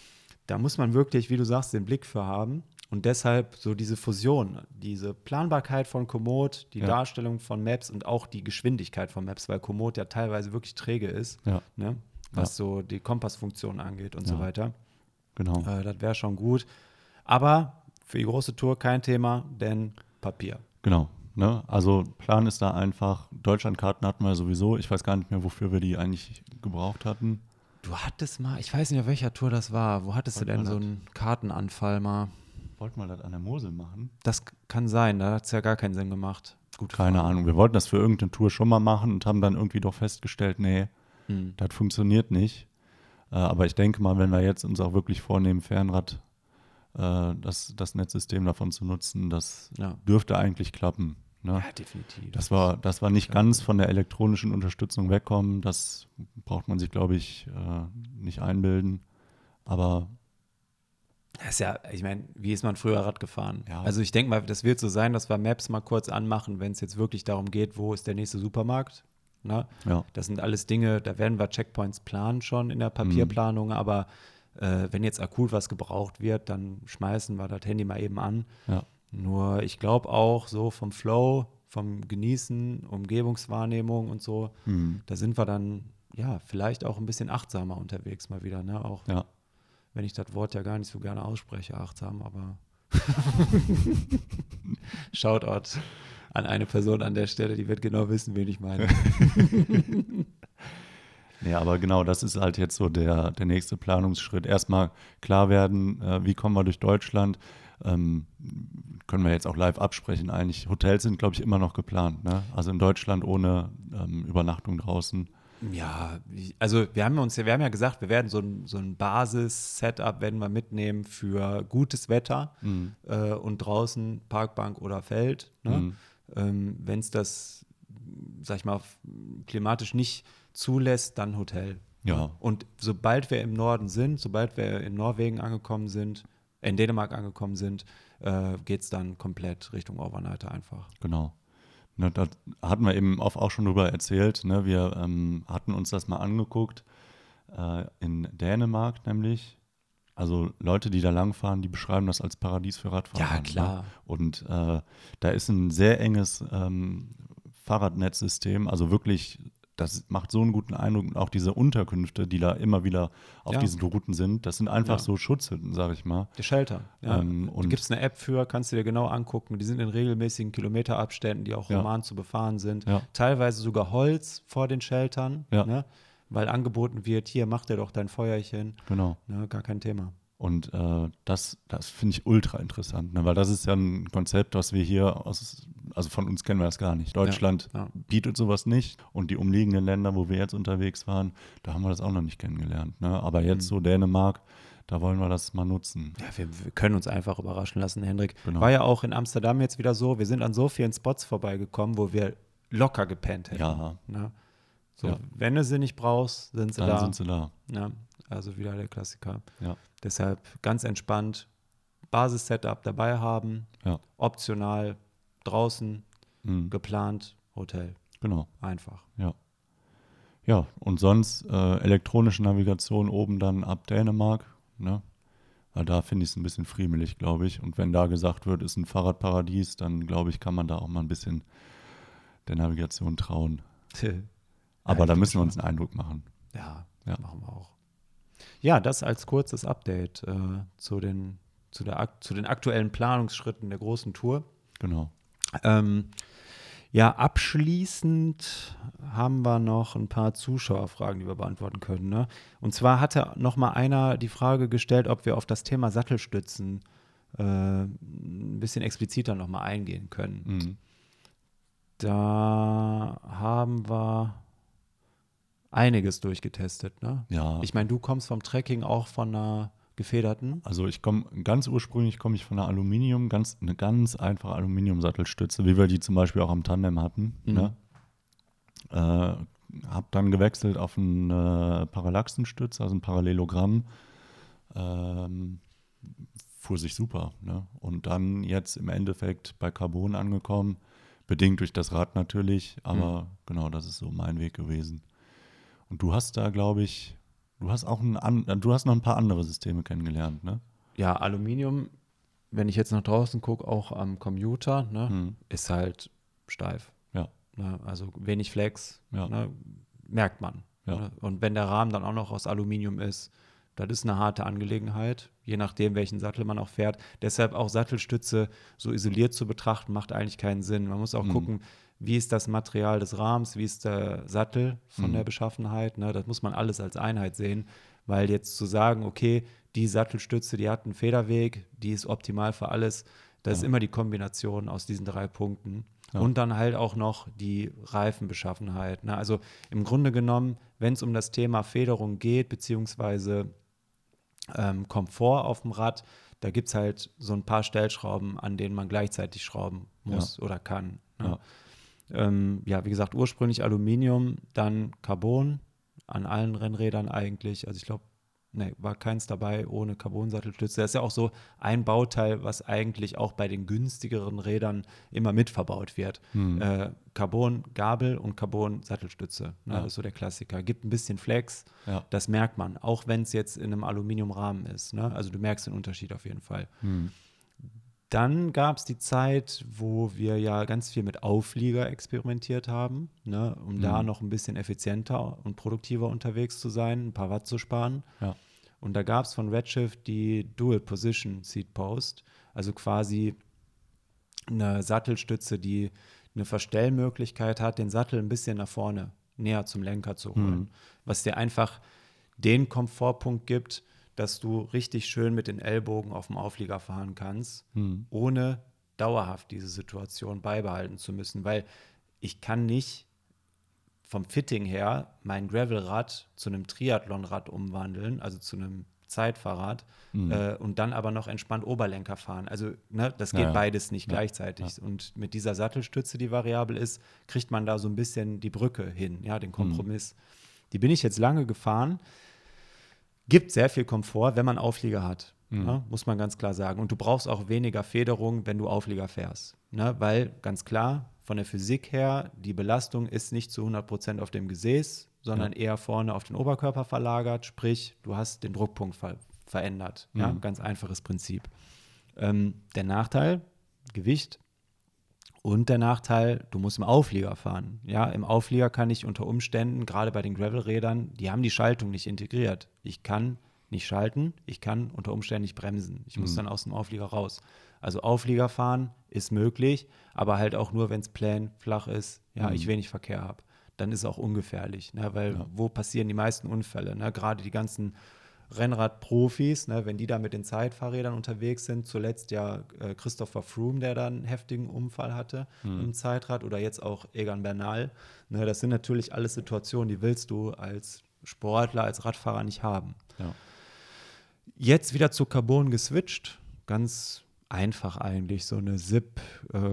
Speaker 2: da muss man wirklich, wie du sagst, den Blick für haben. Und deshalb so diese Fusion, diese Planbarkeit von Komoot, die
Speaker 1: Ja.
Speaker 2: Darstellung von Maps und auch die Geschwindigkeit von Maps, weil Komoot ja teilweise wirklich träge ist,
Speaker 1: Ja.
Speaker 2: ne? Was so die Kompassfunktion angeht und
Speaker 1: Ja.
Speaker 2: so weiter.
Speaker 1: Genau.
Speaker 2: Äh, das wäre schon gut. Aber für die große Tour kein Thema, denn Papier.
Speaker 1: Genau. Ne? Also Plan ist da einfach, Deutschlandkarten hatten wir sowieso. Ich weiß gar nicht mehr, wofür wir die eigentlich gebraucht hatten.
Speaker 2: Du hattest mal, ich weiß nicht, auf welcher Tour das war. Wo hattest
Speaker 1: Wollt
Speaker 2: du denn
Speaker 1: man
Speaker 2: so
Speaker 1: das?
Speaker 2: einen Kartenanfall mal?
Speaker 1: Wollten wir das an der Mosel machen?
Speaker 2: Das k- kann sein, da hat es ja gar keinen Sinn gemacht. Gute
Speaker 1: Keine
Speaker 2: Frage.
Speaker 1: Ahnung. Wir wollten das für irgendeine Tour schon mal machen und haben dann irgendwie doch festgestellt, nee,
Speaker 2: Hm.
Speaker 1: das funktioniert nicht. Äh, aber ich denke mal, wenn wir jetzt uns auch wirklich vornehmen, Fernrad, äh, das, das Netzsystem davon zu nutzen, das
Speaker 2: Ja.
Speaker 1: dürfte eigentlich klappen. Ne?
Speaker 2: Ja, definitiv.
Speaker 1: Das war, das war nicht ganz von der elektronischen Unterstützung wegkommen. Das braucht man sich, glaube ich, äh, nicht einbilden. Aber
Speaker 2: Das ist ja, ich meine, wie ist man früher Rad gefahren?
Speaker 1: Ja.
Speaker 2: Also ich denke mal, das wird so sein, dass wir Maps mal kurz anmachen, wenn es jetzt wirklich darum geht, wo ist der nächste Supermarkt. Ne?
Speaker 1: ja,
Speaker 2: Das sind alles Dinge, da werden wir Checkpoints planen schon in der Papierplanung, aber äh, wenn jetzt akut was gebraucht wird, dann schmeißen wir das Handy mal eben an.
Speaker 1: ja,
Speaker 2: Nur ich glaube auch so vom Flow, vom Genießen, Umgebungswahrnehmung und so,
Speaker 1: hm,
Speaker 2: da sind wir dann ja vielleicht auch ein bisschen achtsamer unterwegs mal wieder, ne? Auch
Speaker 1: ja.
Speaker 2: wenn ich das Wort ja gar nicht so gerne ausspreche, achtsam, aber Shoutout an eine Person an der Stelle, die wird genau wissen, wen ich meine.
Speaker 1: Ja, aber genau, das ist halt jetzt so der, der nächste Planungsschritt. Erstmal klar werden, äh, wie kommen wir durch Deutschland. Ähm, können wir jetzt auch live absprechen eigentlich. Hotels sind, glaube ich, immer noch geplant. Ne? Also in Deutschland ohne ähm, Übernachtung draußen.
Speaker 2: Ja, ich- also wir haben uns ja, wir haben ja gesagt, wir werden so ein, so ein Basis-Setup werden wir mitnehmen für gutes Wetter
Speaker 1: Mhm.
Speaker 2: äh, und draußen Parkbank oder Feld. Ne?
Speaker 1: Mhm.
Speaker 2: Ähm, wenn es das, sag ich mal, f- klimatisch nicht zulässt, dann Hotel.
Speaker 1: Ja.
Speaker 2: Und sobald wir im Norden sind, sobald wir in Norwegen angekommen sind, in Dänemark angekommen sind, äh, geht es dann komplett Richtung Overnighter einfach.
Speaker 1: Genau. Ne, da hatten wir eben auch auch schon drüber erzählt. Ne? Wir ähm, hatten uns das mal angeguckt. Äh, in Dänemark nämlich. Also Leute, die da langfahren, die beschreiben das als Paradies für Radfahrer.
Speaker 2: Ja, klar.
Speaker 1: Ne? Und äh, da ist ein sehr enges ähm, Fahrradnetzsystem. Also wirklich, das macht so einen guten Eindruck. Und auch diese Unterkünfte, die da immer wieder auf
Speaker 2: Ja.
Speaker 1: diesen Routen sind, das sind einfach
Speaker 2: Ja.
Speaker 1: so Schutzhütten, sage ich mal.
Speaker 2: Die Shelter. Ja.
Speaker 1: Ähm,
Speaker 2: da
Speaker 1: und-
Speaker 2: gibt es eine App für, kannst du dir genau angucken. Die sind in regelmäßigen Kilometerabständen, die auch
Speaker 1: Ja.
Speaker 2: human zu befahren sind.
Speaker 1: Ja.
Speaker 2: Teilweise sogar Holz vor den Sheltern,
Speaker 1: Ja.
Speaker 2: ne? Weil angeboten wird, hier, mach dir doch dein Feuerchen.
Speaker 1: Genau.
Speaker 2: Ne? Gar kein Thema.
Speaker 1: Und äh, das, das finde ich ultra interessant, ne? Weil das ist ja ein Konzept, was wir hier aus, also von uns kennen wir das gar nicht. Deutschland
Speaker 2: Ja, ja.
Speaker 1: bietet sowas nicht und die umliegenden Länder, wo wir jetzt unterwegs waren, da haben wir das auch noch nicht kennengelernt. Ne? Aber jetzt
Speaker 2: Mhm.
Speaker 1: so Dänemark, da wollen wir das mal nutzen.
Speaker 2: Ja, wir, wir können uns einfach überraschen lassen, Hendrik.
Speaker 1: Genau.
Speaker 2: War ja auch in Amsterdam jetzt wieder so, wir sind an so vielen Spots vorbeigekommen, wo wir locker gepennt hätten.
Speaker 1: Ja,
Speaker 2: Ne? So,
Speaker 1: Ja.
Speaker 2: wenn du sie nicht brauchst, sind sie
Speaker 1: dann
Speaker 2: da.
Speaker 1: sind sie da.
Speaker 2: Ja, also wieder der Klassiker.
Speaker 1: Ja,
Speaker 2: Deshalb ganz entspannt Basis-Setup dabei haben,
Speaker 1: ja.
Speaker 2: optional draußen,
Speaker 1: Mhm.
Speaker 2: geplant, Hotel.
Speaker 1: Genau.
Speaker 2: Einfach.
Speaker 1: Ja. Ja, und sonst äh, elektronische Navigation oben dann ab Dänemark, ne? Weil da finde ich es ein bisschen friemelig, glaube ich. Und wenn da gesagt wird, ist ein Fahrradparadies, dann glaube ich, kann man da auch mal ein bisschen der Navigation trauen. Aber
Speaker 2: ich
Speaker 1: da
Speaker 2: bin
Speaker 1: müssen wir
Speaker 2: schon-
Speaker 1: uns einen Eindruck machen.
Speaker 2: Ja,
Speaker 1: Ja.
Speaker 2: machen wir auch. Ja, das als kurzes Update äh, zu, den, zu, der, ak- zu den aktuellen Planungsschritten der großen Tour.
Speaker 1: Genau.
Speaker 2: Ähm, ja, abschließend haben wir noch ein paar Zuschauerfragen, die wir beantworten können. Ne? Und zwar hatte noch mal einer die Frage gestellt, ob wir auf das Thema Sattelstützen äh, ein bisschen expliziter noch mal eingehen können.
Speaker 1: Mhm.
Speaker 2: Da haben wir einiges durchgetestet. Ne?
Speaker 1: Ja.
Speaker 2: Ich meine, du kommst vom Trekking auch von einer gefederten.
Speaker 1: Also ich komme, ganz ursprünglich komme ich von einer Aluminium, ganz, eine ganz einfache Aluminiumsattelstütze, wie wir die zum Beispiel auch am Tandem hatten.
Speaker 2: Mhm.
Speaker 1: Ne? Äh, habe dann gewechselt auf eine Parallaxenstütze, also ein Parallelogramm. Ähm, fuhr sich super. Ne? Und dann jetzt im Endeffekt bei Carbon angekommen, bedingt durch das Rad natürlich, aber genau, das ist so mein Weg gewesen. Und du hast da, glaube ich, Du hast auch ein, an, du hast noch ein paar andere Systeme kennengelernt, ne?
Speaker 2: Ja, Aluminium, wenn ich jetzt nach draußen gucke, auch am Commuter, ne,
Speaker 1: Hm.
Speaker 2: ist halt steif.
Speaker 1: Ja.
Speaker 2: Ne, also wenig Flex,
Speaker 1: Ja.
Speaker 2: ne, merkt man.
Speaker 1: Ja.
Speaker 2: Ne? Und wenn der Rahmen dann auch noch aus Aluminium ist, das ist eine harte Angelegenheit, je nachdem, welchen Sattel man auch fährt. Deshalb auch Sattelstütze so isoliert zu betrachten, macht eigentlich keinen Sinn. Man muss auch
Speaker 1: Mhm.
Speaker 2: gucken, wie ist das Material des Rahmens, wie ist der Sattel von
Speaker 1: Mhm.
Speaker 2: der Beschaffenheit. Ne? Das muss man alles als Einheit sehen, weil jetzt zu sagen, okay, die Sattelstütze, die hat einen Federweg, die ist optimal für alles, das
Speaker 1: Ja.
Speaker 2: ist immer die Kombination aus diesen drei Punkten.
Speaker 1: Ja.
Speaker 2: Und dann halt auch noch die Reifenbeschaffenheit. Ne? Also im Grunde genommen, wenn es um das Thema Federung geht, beziehungsweise ähm, Komfort auf dem Rad, da gibt es halt so ein paar Stellschrauben, an denen man gleichzeitig schrauben muss oder kann. Ne?
Speaker 1: Ja.
Speaker 2: Ähm, ja, wie gesagt, ursprünglich Aluminium, dann Carbon an allen Rennrädern eigentlich. Also ich glaube, ne, war keins dabei ohne Carbon-Sattelstütze. Das ist ja auch so ein Bauteil, was eigentlich auch bei den günstigeren Rädern immer mit verbaut wird.
Speaker 1: Mhm.
Speaker 2: Äh, Carbon-Gabel und Carbon-Sattelstütze. Ne,
Speaker 1: Ja.
Speaker 2: Das ist so der Klassiker. Gibt ein bisschen Flex,
Speaker 1: Ja.
Speaker 2: das merkt man, auch wenn es jetzt in einem Aluminiumrahmen ist. Ne? Also du merkst den Unterschied auf jeden Fall.
Speaker 1: Mhm.
Speaker 2: Dann gab es die Zeit, wo wir ja ganz viel mit Auflieger experimentiert haben, ne, um
Speaker 1: Mhm.
Speaker 2: da noch ein bisschen effizienter und produktiver unterwegs zu sein, ein paar Watt zu sparen.
Speaker 1: Ja.
Speaker 2: Und da gab es von Redshift die Dual Position Seat Post, also quasi eine Sattelstütze, die eine Verstellmöglichkeit hat, den Sattel ein bisschen nach vorne, näher zum Lenker zu holen,
Speaker 1: Mhm.
Speaker 2: was dir einfach den Komfortpunkt gibt, dass du richtig schön mit den Ellbogen auf dem Auflieger fahren kannst,
Speaker 1: Mhm.
Speaker 2: ohne dauerhaft diese Situation beibehalten zu müssen, weil ich kann nicht vom Fitting her mein Gravelrad zu einem Triathlonrad umwandeln, also zu einem Zeitfahrrad,
Speaker 1: Mhm.
Speaker 2: äh, und dann aber noch entspannt Oberlenker fahren. Also ne, das geht
Speaker 1: Ja, ja.
Speaker 2: beides nicht
Speaker 1: Ja,
Speaker 2: gleichzeitig. Und mit dieser Sattelstütze, die variabel ist, kriegt man da so ein bisschen die Brücke hin, ja, den Kompromiss. Die bin ich jetzt lange gefahren. Gibt sehr viel Komfort, wenn man Auflieger hat,
Speaker 1: Mhm.
Speaker 2: ne, muss man ganz klar sagen. Und du brauchst auch weniger Federung, wenn du Auflieger fährst. Ne, weil, ganz klar, von der Physik her, die Belastung ist nicht zu hundert Prozent auf dem Gesäß, sondern
Speaker 1: Ja.
Speaker 2: eher vorne auf den Oberkörper verlagert. Sprich, du hast den Druckpunkt ver verändert. Ja,
Speaker 1: Mhm.
Speaker 2: ganz einfaches Prinzip. Ähm, der Nachteil, Gewicht. Und der Nachteil, du musst im Auflieger fahren. Ja, im Auflieger kann ich unter Umständen, gerade bei den Gravelrädern, die haben die Schaltung nicht integriert. Ich kann nicht schalten, ich kann unter Umständen nicht bremsen. Ich muss
Speaker 1: Mhm.
Speaker 2: dann aus dem Auflieger raus. Also Auflieger fahren ist möglich, aber halt auch nur, wenn es plain, flach ist, ja,
Speaker 1: Mhm.
Speaker 2: ich wenig Verkehr habe. Dann ist es auch ungefährlich, ne, weil
Speaker 1: Ja.
Speaker 2: wo passieren die meisten Unfälle? Ne? Gerade die ganzen Rennradprofis, ne, wenn die da mit den Zeitfahrrädern unterwegs sind, zuletzt ja äh, Christopher Froome, der da einen heftigen Unfall hatte
Speaker 1: Mhm.
Speaker 2: im Zeitrad, oder jetzt auch Egan Bernal. Ne, das sind natürlich alles Situationen, die willst du als Sportler, als Radfahrer nicht haben.
Speaker 1: Ja.
Speaker 2: Jetzt wieder zu Carbon geswitcht, ganz einfach eigentlich, so eine S I P äh,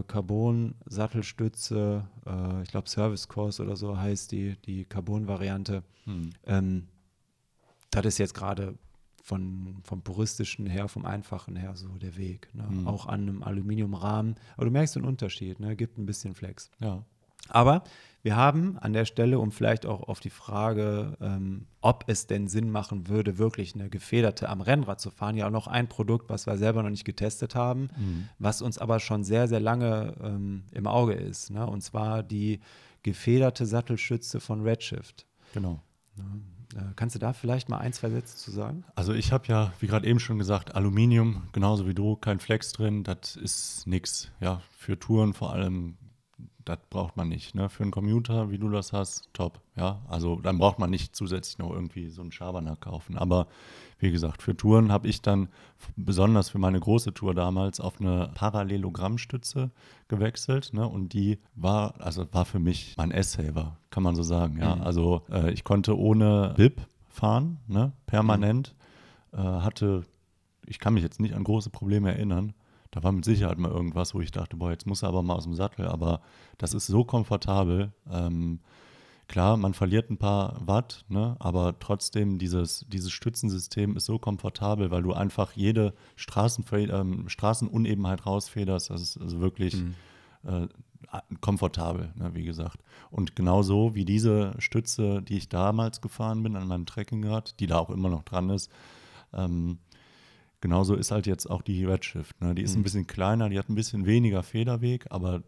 Speaker 2: Carbon-Sattelstütze, äh, ich glaube Service Course oder so heißt die, die Carbon-Variante.
Speaker 1: Mhm.
Speaker 2: Ähm, das ist jetzt gerade von, vom puristischen her, vom einfachen her so der Weg. Ne?
Speaker 1: Mhm.
Speaker 2: Auch an einem Aluminiumrahmen. Aber du merkst den Unterschied, ne? Gibt ein bisschen Flex.
Speaker 1: Ja.
Speaker 2: Aber wir haben an der Stelle, um vielleicht auch auf die Frage, ähm, ob es denn Sinn machen würde, wirklich eine gefederte am Rennrad zu fahren, ja auch noch ein Produkt, was wir selber noch nicht getestet haben,
Speaker 1: Mhm.
Speaker 2: was uns aber schon sehr, sehr lange ähm, im Auge ist. Ne? Und zwar die gefederte Sattelstütze von Redshift.
Speaker 1: Genau.
Speaker 2: Äh, kannst du da vielleicht mal ein, zwei Sätze zu sagen?
Speaker 1: Also ich habe ja, wie gerade eben schon gesagt, Aluminium, genauso wie du, kein Flex drin, das ist nix. Ja, für Touren vor allem, das braucht man nicht. Ne? Für einen Commuter, wie du das hast, top. Ja, also dann braucht man nicht zusätzlich noch irgendwie so einen Schabernack kaufen. Aber wie gesagt, für Touren habe ich dann f- besonders für meine große Tour damals auf eine Parallelogrammstütze gewechselt. Ne? Und die war, also war für mich mein S-Saver, kann man so sagen. Ja?
Speaker 2: Mhm.
Speaker 1: Also äh, ich konnte ohne B I P fahren, ne? Permanent. Äh, hatte, ich kann mich jetzt nicht an große Probleme erinnern. Da war mit Sicherheit mal irgendwas, wo ich dachte, boah, jetzt muss er aber mal aus dem Sattel. Aber das ist so komfortabel. Ähm, klar, man verliert ein paar Watt, ne? Aber trotzdem, dieses, dieses Stützensystem ist so komfortabel, weil du einfach jede Straßenfe- ähm, Straßenunebenheit rausfederst. Das ist also wirklich,
Speaker 2: Mhm.
Speaker 1: äh, komfortabel, ne, wie gesagt. Und genauso wie diese Stütze, die ich damals gefahren bin an meinem Trekkingrad, die da auch immer noch dran ist, ähm, genauso ist halt jetzt auch die Redshift. Ne? Die ist
Speaker 2: Mhm.
Speaker 1: ein bisschen kleiner, die hat ein bisschen weniger Federweg, aber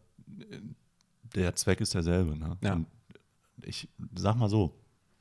Speaker 1: der Zweck ist derselbe. Ne?
Speaker 2: Ja.
Speaker 1: Und ich sag mal so,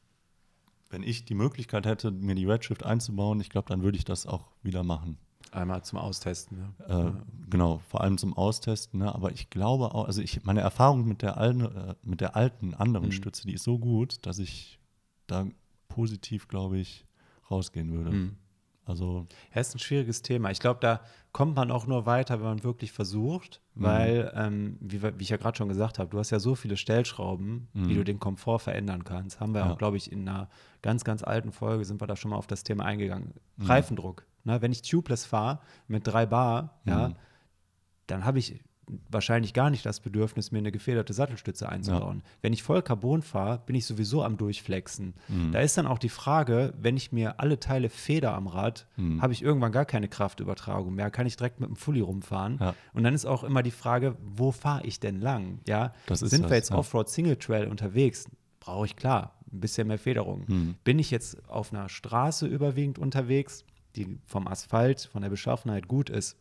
Speaker 1: wenn ich die Möglichkeit hätte, mir die Redshift einzubauen, ich glaube, dann würde ich das auch wieder machen.
Speaker 2: Einmal zum Austesten. Ne?
Speaker 1: Äh,
Speaker 2: Ja.
Speaker 1: Genau, vor allem zum Austesten. Ne? Aber ich glaube auch, also ich, meine Erfahrung mit der, alten, äh, mit der alten anderen
Speaker 2: Mhm.
Speaker 1: Stütze, die ist so gut, dass ich da positiv, glaube ich, rausgehen würde.
Speaker 2: Mhm.
Speaker 1: Also,
Speaker 2: Ja, ist ein schwieriges Thema. Ich glaube, da kommt man auch nur weiter, wenn man wirklich versucht,
Speaker 1: Mhm.
Speaker 2: weil, ähm, wie, wir- wie ich ja gerade schon gesagt habe, du hast ja so viele Stellschrauben,
Speaker 1: Mhm.
Speaker 2: wie du den Komfort verändern kannst. Haben wir
Speaker 1: Ja.
Speaker 2: auch, glaube ich, in einer ganz, ganz alten Folge sind wir da schon mal auf das Thema eingegangen.
Speaker 1: Mhm.
Speaker 2: Reifendruck. Ne? Wenn ich tubeless fahre mit drei Bar, ja,
Speaker 1: Mhm.
Speaker 2: dann habe ich wahrscheinlich gar nicht das Bedürfnis, mir eine gefederte Sattelstütze einzubauen. Wenn ich voll Carbon fahre, bin ich sowieso am Durchflexen.
Speaker 1: Mhm.
Speaker 2: Da ist dann auch die Frage, wenn ich mir alle Teile feder am Rad,
Speaker 1: Mhm.
Speaker 2: habe ich irgendwann gar keine Kraftübertragung mehr, kann ich direkt mit dem Fully rumfahren.
Speaker 1: Ja.
Speaker 2: Und dann ist auch immer die Frage, wo fahre ich denn lang? Ja?
Speaker 1: Das ist
Speaker 2: Sind
Speaker 1: das,
Speaker 2: wir jetzt
Speaker 1: ja.
Speaker 2: Offroad Single Trail unterwegs? Brauche ich klar ein bisschen mehr Federung.
Speaker 1: Mhm.
Speaker 2: Bin ich jetzt auf einer Straße überwiegend unterwegs, die vom Asphalt, von der Beschaffenheit gut ist,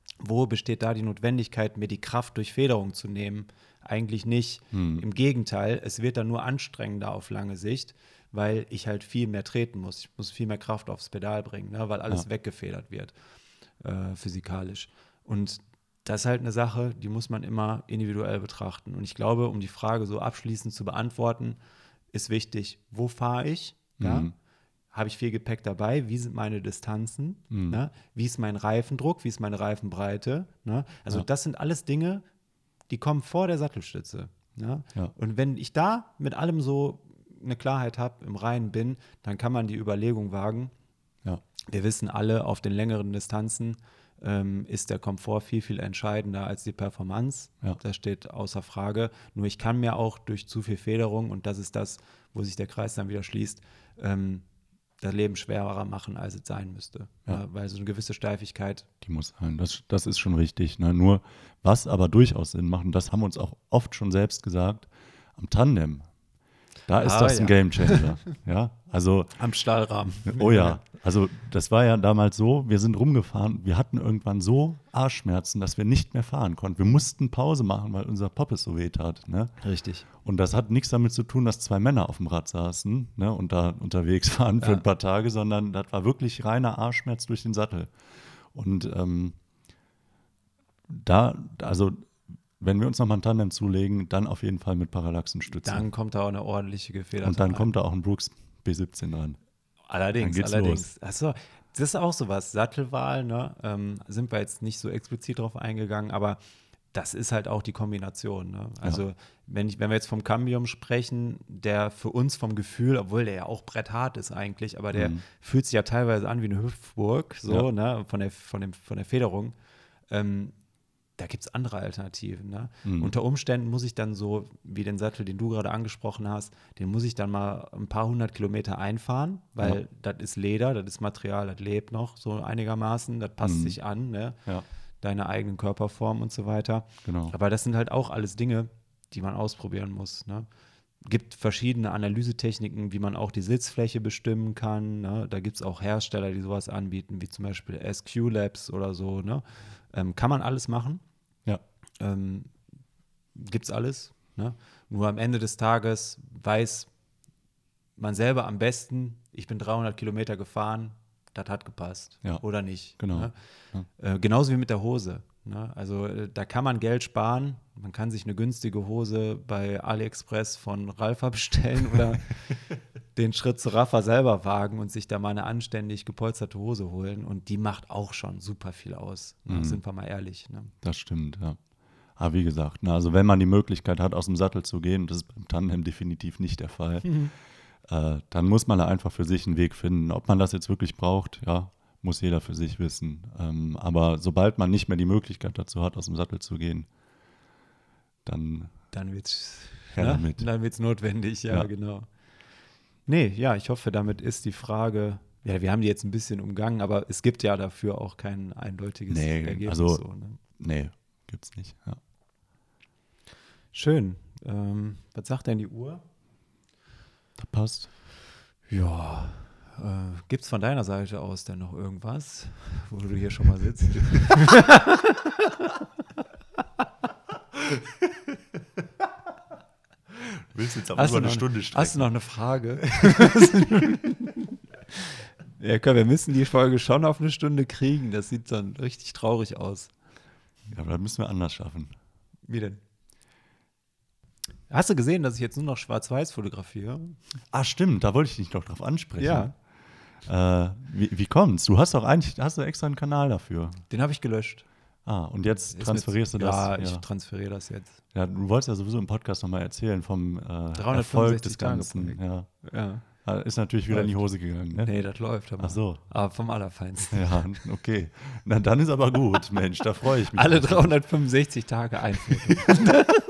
Speaker 2: wo besteht da die Notwendigkeit, mir die Kraft durch Federung zu nehmen? Eigentlich nicht.
Speaker 1: Hm.
Speaker 2: Im Gegenteil, es wird dann nur anstrengender auf lange Sicht, weil ich halt viel mehr treten muss. Ich muss viel mehr Kraft aufs Pedal bringen, ne? Weil alles
Speaker 1: Ja.
Speaker 2: weggefedert wird, äh, physikalisch. Und das ist halt eine Sache, die muss man immer individuell betrachten. Und ich glaube, um die Frage so abschließend zu beantworten, ist wichtig, wo fahre ich? Ja?
Speaker 1: Mhm.
Speaker 2: Habe ich viel Gepäck dabei? Wie sind meine Distanzen?
Speaker 1: Mhm.
Speaker 2: Ne? Wie ist mein Reifendruck? Wie ist meine Reifenbreite? Ne? Also
Speaker 1: Ja.
Speaker 2: das sind alles Dinge, die kommen vor der Sattelstütze. Ne?
Speaker 1: Ja.
Speaker 2: Und wenn ich da mit allem so eine Klarheit habe, im Reinen bin, dann kann man die Überlegung wagen.
Speaker 1: Ja.
Speaker 2: Wir wissen alle, auf den längeren Distanzen ähm, ist der Komfort viel, viel entscheidender als die Performance.
Speaker 1: Ja.
Speaker 2: Das steht außer Frage. Nur ich kann mir auch durch zu viel Federung, und das ist das, wo sich der Kreis dann wieder schließt, ähm, das Leben schwerer machen, als es sein müsste.
Speaker 1: Ja.
Speaker 2: Ja, weil so eine gewisse Steifigkeit.
Speaker 1: Die muss sein. Das, das ist schon richtig. Ne? Nur, was aber durchaus Sinn macht, und das haben wir uns auch oft schon selbst gesagt, am Tandem, da ist
Speaker 2: Ah,
Speaker 1: das
Speaker 2: ja.
Speaker 1: ein Gamechanger. Ja, also,
Speaker 2: Am Stahlrahmen.
Speaker 1: oh ja, also das war ja damals so, wir sind rumgefahren, wir hatten irgendwann so Arschschmerzen, dass wir nicht mehr fahren konnten. Wir mussten Pause machen, weil unser Poppes so weh tat. Ne?
Speaker 2: Richtig.
Speaker 1: Und das hat nichts damit zu tun, dass zwei Männer auf dem Rad saßen, ne, und da unterwegs waren für
Speaker 2: Ja.
Speaker 1: ein paar Tage, sondern das war wirklich reiner Arschschmerz durch den Sattel. Und ähm, da, also wenn wir uns nochmal ein Tandem zulegen, dann auf jeden Fall mit Parallaxenstütze.
Speaker 2: Dann kommt da auch eine ordentliche gefederte
Speaker 1: Und dann
Speaker 2: rein.
Speaker 1: kommt da auch ein Brooks B siebzehn dran.
Speaker 2: Allerdings,
Speaker 1: Dann geht's
Speaker 2: allerdings. Achso, das ist auch sowas. Sattelwahl, ne? Ähm, sind wir jetzt nicht so explizit drauf eingegangen, aber das ist halt auch die Kombination. Ne? Also,
Speaker 1: Ja.
Speaker 2: wenn, ich, wenn wir jetzt vom Cambium sprechen, der für uns vom Gefühl, obwohl der ja auch bretthart ist eigentlich, aber der
Speaker 1: Mhm.
Speaker 2: fühlt sich ja teilweise an wie eine Hüftburg, so,
Speaker 1: Ja.
Speaker 2: ne? Von der, von dem, von der Federung. Ähm, da gibt es andere Alternativen. Ne?
Speaker 1: Mhm.
Speaker 2: Unter Umständen muss ich dann so, wie den Sattel, den du gerade angesprochen hast, den muss ich dann mal ein paar hundert Kilometer einfahren, weil
Speaker 1: Ja.
Speaker 2: das ist Leder, das ist Material, das lebt noch so einigermaßen, das passt
Speaker 1: Mhm.
Speaker 2: sich an, ne?
Speaker 1: Ja,
Speaker 2: Deine eigenen Körperform und so weiter.
Speaker 1: genau.
Speaker 2: Aber das sind halt auch alles Dinge, die man ausprobieren muss. Ne? Gibt verschiedene Analysetechniken, wie man auch die Sitzfläche bestimmen kann. Ne? Da gibt es auch Hersteller, die sowas anbieten, wie zum Beispiel S Q Labs oder so. Ne? Ähm, kann man alles machen.
Speaker 1: Ja.
Speaker 2: Ähm, gibt's alles. Ne? Nur am Ende des Tages weiß man selber am besten, ich bin dreihundert Kilometer gefahren, das hat gepasst.
Speaker 1: Ja.
Speaker 2: Oder nicht.
Speaker 1: Genau.
Speaker 2: Ne?
Speaker 1: Ja.
Speaker 2: Äh, genauso wie mit der Hose. Ne? Also äh, da kann man Geld sparen. Man kann sich eine günstige Hose bei AliExpress von Ralfa bestellen oder den Schritt zu Rafa selber wagen und sich da mal eine anständig gepolsterte Hose holen. Und die macht auch schon super viel aus. Ne?
Speaker 1: Mhm.
Speaker 2: Sind wir mal ehrlich. Ne?
Speaker 1: Das stimmt, ja. Aber wie gesagt, na, also wenn man die Möglichkeit hat, aus dem Sattel zu gehen, und das ist beim Tandem definitiv nicht der Fall,
Speaker 2: Mhm.
Speaker 1: äh, dann muss man da einfach für sich einen Weg finden. Ob man das jetzt wirklich braucht, ja, muss jeder für sich wissen. Ähm, aber sobald man nicht mehr die Möglichkeit dazu hat, aus dem Sattel zu gehen, dann
Speaker 2: Dann wird es
Speaker 1: her
Speaker 2: ne?
Speaker 1: damit.
Speaker 2: Dann wird's notwendig, ja,
Speaker 1: Ja.
Speaker 2: genau. Nee, ja, ich hoffe, damit ist die Frage, ja, wir haben die jetzt ein bisschen umgangen, aber es gibt ja dafür auch kein eindeutiges
Speaker 1: Nee,
Speaker 2: Ergebnis.
Speaker 1: also-
Speaker 2: so, ne?
Speaker 1: Nee, gibt's nicht. Ja.
Speaker 2: Schön. Ähm, was sagt denn die Uhr?
Speaker 1: Das passt.
Speaker 2: Ja. Äh, Gibt es von deiner Seite aus denn noch irgendwas, wo du hier schon mal sitzt?
Speaker 1: Willst du jetzt
Speaker 2: Hast
Speaker 1: aber
Speaker 2: du
Speaker 1: über eine
Speaker 2: noch-
Speaker 1: Stunde strecken?
Speaker 2: Hast du noch eine Frage? Ja, komm, wir müssen die Folge schon auf eine Stunde kriegen. Das sieht dann richtig traurig aus.
Speaker 1: Ja, aber das müssen wir anders schaffen.
Speaker 2: Wie denn? Hast du gesehen, dass ich jetzt nur noch schwarz-weiß fotografiere?
Speaker 1: Ah, stimmt, da wollte ich dich doch drauf ansprechen.
Speaker 2: Ja.
Speaker 1: Äh, wie, wie kommt's? Du hast doch eigentlich hast du extra einen Kanal dafür.
Speaker 2: Den habe ich gelöscht.
Speaker 1: Ah, und jetzt
Speaker 2: Ist
Speaker 1: transferierst
Speaker 2: mit,
Speaker 1: du das?
Speaker 2: Ja, ich transferiere das jetzt.
Speaker 1: Ja, du wolltest ja sowieso im Podcast nochmal erzählen vom äh, Erfolg
Speaker 2: dreihundertfünfundsechzig
Speaker 1: des
Speaker 2: Tage
Speaker 1: Ganzen.
Speaker 2: Projekt.
Speaker 1: Ja.
Speaker 2: Ja.
Speaker 1: Ah, Ist natürlich wieder in die Hose gegangen, ne?
Speaker 2: Nee, das läuft. Aber.
Speaker 1: Ach so.
Speaker 2: Aber vom Allerfeinsten.
Speaker 1: Ja, okay. Na, dann ist aber gut, Mensch, da freue ich mich.
Speaker 2: Alle
Speaker 1: drauf.
Speaker 2: dreihundertfünfundsechzig Tage ein Foto.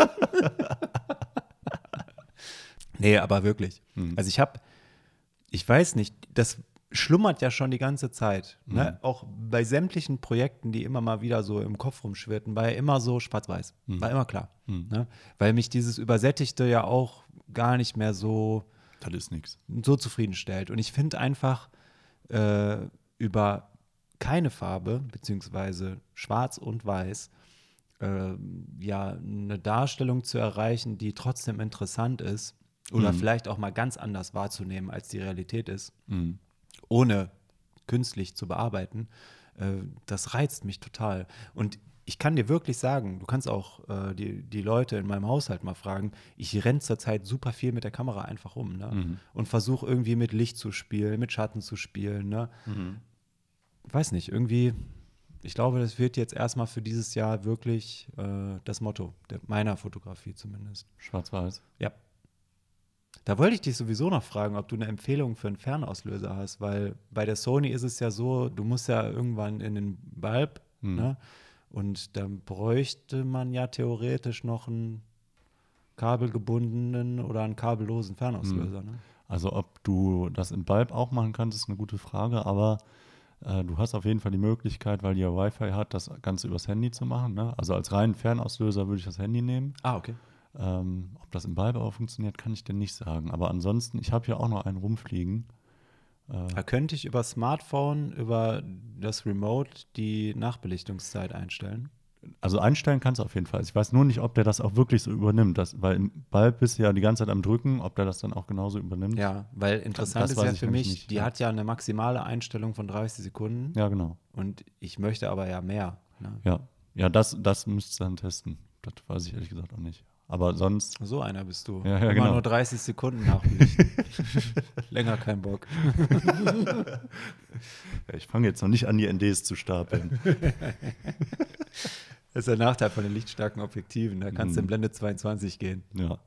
Speaker 2: Nee, aber wirklich.
Speaker 1: Hm.
Speaker 2: Also ich habe, ich weiß nicht, das schlummert ja schon die ganze Zeit. Ne?
Speaker 1: Mhm.
Speaker 2: Auch bei sämtlichen Projekten, die immer mal wieder so im Kopf rumschwirrten, war ja immer so schwarz-weiß.
Speaker 1: Mhm.
Speaker 2: War immer klar.
Speaker 1: Mhm.
Speaker 2: Ne? Weil mich dieses Übersättigte ja auch gar nicht mehr so,
Speaker 1: Das ist nichts.
Speaker 2: so zufriedenstellt. Und ich finde einfach äh, über keine Farbe, beziehungsweise schwarz und weiß, äh, ja, eine Darstellung zu erreichen, die trotzdem interessant ist oder
Speaker 1: Mhm.
Speaker 2: vielleicht auch mal ganz anders wahrzunehmen, als die Realität ist,
Speaker 1: Mhm.
Speaker 2: ohne künstlich zu bearbeiten, äh, das reizt mich total. Und ich kann dir wirklich sagen, du kannst auch äh, die, die Leute in meinem Haushalt mal fragen, ich renne zurzeit super viel mit der Kamera einfach rum, ne?
Speaker 1: Mhm.
Speaker 2: Und versuche irgendwie mit Licht zu spielen, mit Schatten zu spielen, ne?
Speaker 1: Mhm.
Speaker 2: Weiß nicht, irgendwie, ich glaube, das wird jetzt erstmal für dieses Jahr wirklich äh, das Motto, der, meiner Fotografie zumindest.
Speaker 1: Schwarz-Weiß.
Speaker 2: Ja. Da wollte ich dich sowieso noch fragen, ob du eine Empfehlung für einen Fernauslöser hast, weil bei der Sony ist es ja so, du musst ja irgendwann in den Bulb,
Speaker 1: Hm.
Speaker 2: ne? Und dann bräuchte man ja theoretisch noch einen kabelgebundenen oder einen kabellosen Fernauslöser. Ne?
Speaker 1: Also ob du das im Bulb auch machen kannst, ist eine gute Frage, aber äh, du hast auf jeden Fall die Möglichkeit, weil die ja Wi-Fi hat, das Ganze übers Handy zu machen. Ne? Also als reinen Fernauslöser würde ich das Handy nehmen.
Speaker 2: Ah, okay.
Speaker 1: Ähm, ob das im Bulb auch funktioniert, kann ich dir nicht sagen. Aber ansonsten, ich habe hier auch noch einen rumfliegen. Äh,
Speaker 2: Da könnte ich über Smartphone, über das Remote die Nachbelichtungszeit einstellen.
Speaker 1: Also einstellen kannst du auf jeden Fall. Ich weiß nur nicht, ob der das auch wirklich so übernimmt. Das, weil im Bulb bist du ja die ganze Zeit am Drücken, ob der das dann auch genauso übernimmt.
Speaker 2: Ja, weil interessant
Speaker 1: Das
Speaker 2: ist
Speaker 1: weiß
Speaker 2: ja
Speaker 1: ich
Speaker 2: für
Speaker 1: nämlich
Speaker 2: mich,
Speaker 1: nicht,
Speaker 2: die
Speaker 1: ja.
Speaker 2: hat ja eine maximale Einstellung von dreißig Sekunden
Speaker 1: Ja, genau.
Speaker 2: und ich möchte aber ja mehr. Ne?
Speaker 1: Ja, ja das, das müsstest du dann testen. Das weiß ich ehrlich gesagt auch nicht. Aber sonst,
Speaker 2: So einer bist du.
Speaker 1: Ja, ja,
Speaker 2: Immer
Speaker 1: genau.
Speaker 2: nur dreißig Sekunden nachbelichten. Länger kein Bock.
Speaker 1: ja, ich fange jetzt noch nicht an, die N Ds zu stapeln.
Speaker 2: Das ist der Nachteil von den lichtstarken Objektiven. Da kannst du in
Speaker 1: Mhm.
Speaker 2: Blende zweiundzwanzig gehen.
Speaker 1: Ja.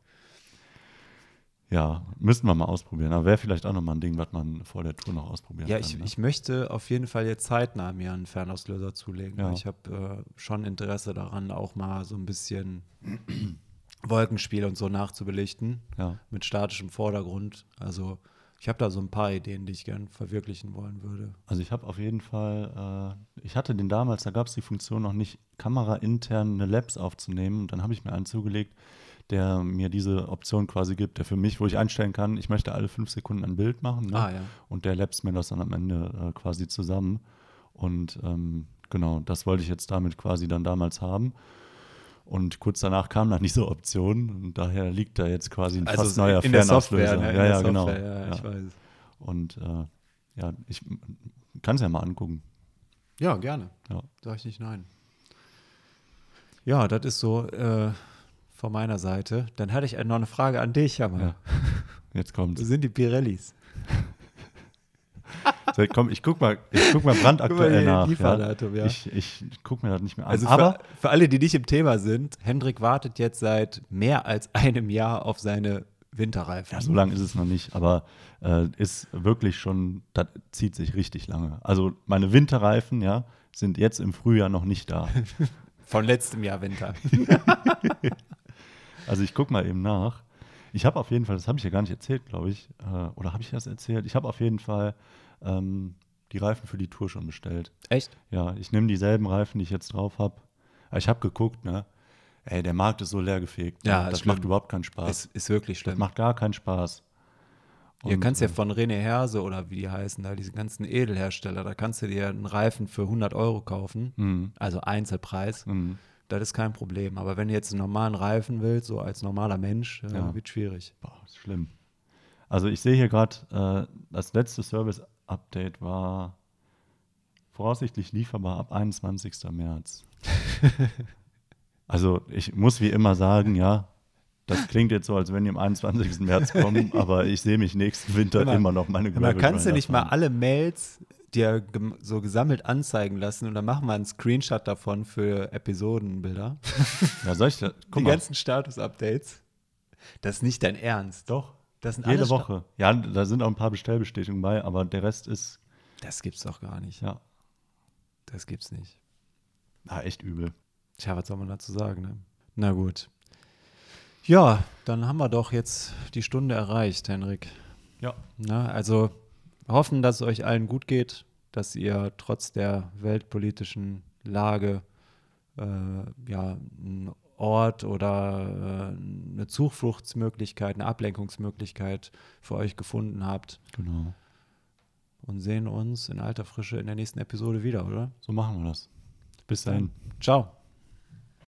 Speaker 1: Ja, müssten wir mal ausprobieren. Aber wäre vielleicht auch nochmal ein Ding, was man vor der Tour noch ausprobieren
Speaker 2: Ja,
Speaker 1: kann.
Speaker 2: ich,
Speaker 1: ne?
Speaker 2: ich möchte auf jeden Fall jetzt zeitnah mir einen Fernauslöser zulegen.
Speaker 1: Ja.
Speaker 2: Ich habe äh, schon Interesse daran, auch mal so ein bisschen Wolkenspiel und so nachzubelichten
Speaker 1: Ja.
Speaker 2: mit statischem Vordergrund. Also ich habe da so ein paar Ideen, die ich gern verwirklichen wollen würde.
Speaker 1: Also ich habe auf jeden Fall, äh, ich hatte den damals, da gab es die Funktion noch nicht, kameraintern eine Labs aufzunehmen. Und dann habe ich mir einen zugelegt, der mir diese Option quasi gibt, der für mich, wo ich einstellen kann, ich möchte alle fünf Sekunden ein Bild machen. Ne?
Speaker 2: Ah ja.
Speaker 1: Und der labst mir das dann am Ende äh, quasi zusammen. Und ähm, genau, das wollte ich jetzt damit quasi dann damals haben. Und kurz danach kam dann diese Option und daher liegt da jetzt quasi ein fast neuer
Speaker 2: Also in der
Speaker 1: Fernauslöser.
Speaker 2: Software, ne? In
Speaker 1: Ja,
Speaker 2: der
Speaker 1: ja, genau.
Speaker 2: Software, ja,
Speaker 1: Ja.
Speaker 2: ich weiß.
Speaker 1: Und äh, ja, ich kann es ja mal angucken.
Speaker 2: Ja, gerne.
Speaker 1: Ja.
Speaker 2: Sag ich nicht nein. Ja, das ist so äh, von meiner Seite. Dann hatte ich noch eine Frage an dich, aber
Speaker 1: Ja. Jetzt
Speaker 2: wo
Speaker 1: kommt's.
Speaker 2: sind die Pirellis?
Speaker 1: So, komm, ich guck mal, ich guck mal brandaktuell nach.
Speaker 2: Lieferdatum, ja.
Speaker 1: Ja. Ich, ich guck mir das nicht mehr an.
Speaker 2: Also
Speaker 1: Aber
Speaker 2: für, für alle, die nicht im Thema sind, Hendrik wartet jetzt seit mehr als einem Jahr auf seine Winterreifen.
Speaker 1: ja, so lange ist es noch nicht, aber äh, ist wirklich schon, das zieht sich richtig lange. Also meine Winterreifen, ja, sind jetzt im Frühjahr noch nicht da.
Speaker 2: Von letztem Jahr Winter.
Speaker 1: Also ich guck mal eben nach. Ich habe auf jeden Fall, das habe ich ja gar nicht erzählt, glaube ich, äh, oder habe ich das erzählt? Ich habe auf jeden Fall ähm, die Reifen für die Tour schon bestellt.
Speaker 2: Echt?
Speaker 1: Ja, ich nehme dieselben Reifen, die ich jetzt drauf habe. Ich habe geguckt, ne? Ey, der Markt ist so leergefegt.
Speaker 2: Ja,
Speaker 1: das
Speaker 2: ist schlimm.
Speaker 1: macht überhaupt keinen Spaß.
Speaker 2: Es ist wirklich
Speaker 1: Das
Speaker 2: schlimm.
Speaker 1: macht gar keinen Spaß.
Speaker 2: Ihr
Speaker 1: Und,
Speaker 2: kannst ja
Speaker 1: äh,
Speaker 2: von René Herse oder wie die heißen, da diese ganzen Edelhersteller, da kannst du dir einen Reifen für hundert Euro kaufen,
Speaker 1: Mhm.
Speaker 2: also Einzelpreis.
Speaker 1: Mhm.
Speaker 2: Das ist kein Problem. Aber wenn du jetzt einen normalen Reifen willst, so als normaler Mensch, äh,
Speaker 1: Ja.
Speaker 2: wird schwierig.
Speaker 1: Boah, ist schlimm. Also ich sehe hier gerade, äh, das letzte Service-Update war voraussichtlich lieferbar ab einundzwanzigsten März. Also ich muss wie immer sagen, ja, das klingt jetzt so, als wenn die am einundzwanzigsten März kommen, aber ich sehe mich nächsten Winter
Speaker 2: Immer-
Speaker 1: immer noch meine
Speaker 2: Man
Speaker 1: Gravel
Speaker 2: kannst du
Speaker 1: Grinder
Speaker 2: nicht mal
Speaker 1: fahren.
Speaker 2: alle Mails dir gem so gesammelt anzeigen lassen und dann machen wir einen Screenshot davon für Episodenbilder.
Speaker 1: Ja, soll ich da, guck
Speaker 2: Die
Speaker 1: mal,
Speaker 2: ganzen Status-Updates. Das ist nicht dein Ernst.
Speaker 1: doch,
Speaker 2: Das sind
Speaker 1: jede
Speaker 2: alles Sta-
Speaker 1: Woche. Ja, da sind auch ein paar Bestellbestätigungen bei, aber der Rest ist,
Speaker 2: Das gibt's doch gar nicht.
Speaker 1: ja,
Speaker 2: Das gibt's nicht.
Speaker 1: ah, echt übel.
Speaker 2: Tja, was soll man dazu sagen, ne? Na gut. Ja, dann haben wir doch jetzt die Stunde erreicht, Henrik.
Speaker 1: Ja.
Speaker 2: Na, also hoffen, dass es euch allen gut geht, dass ihr trotz der weltpolitischen Lage äh, ja, einen Ort oder äh, eine Zufluchtsmöglichkeit, eine Ablenkungsmöglichkeit für euch gefunden habt
Speaker 1: Genau.
Speaker 2: und sehen uns in alter Frische in der nächsten Episode wieder, oder?
Speaker 1: So machen wir das. Bis dahin.
Speaker 2: Ciao.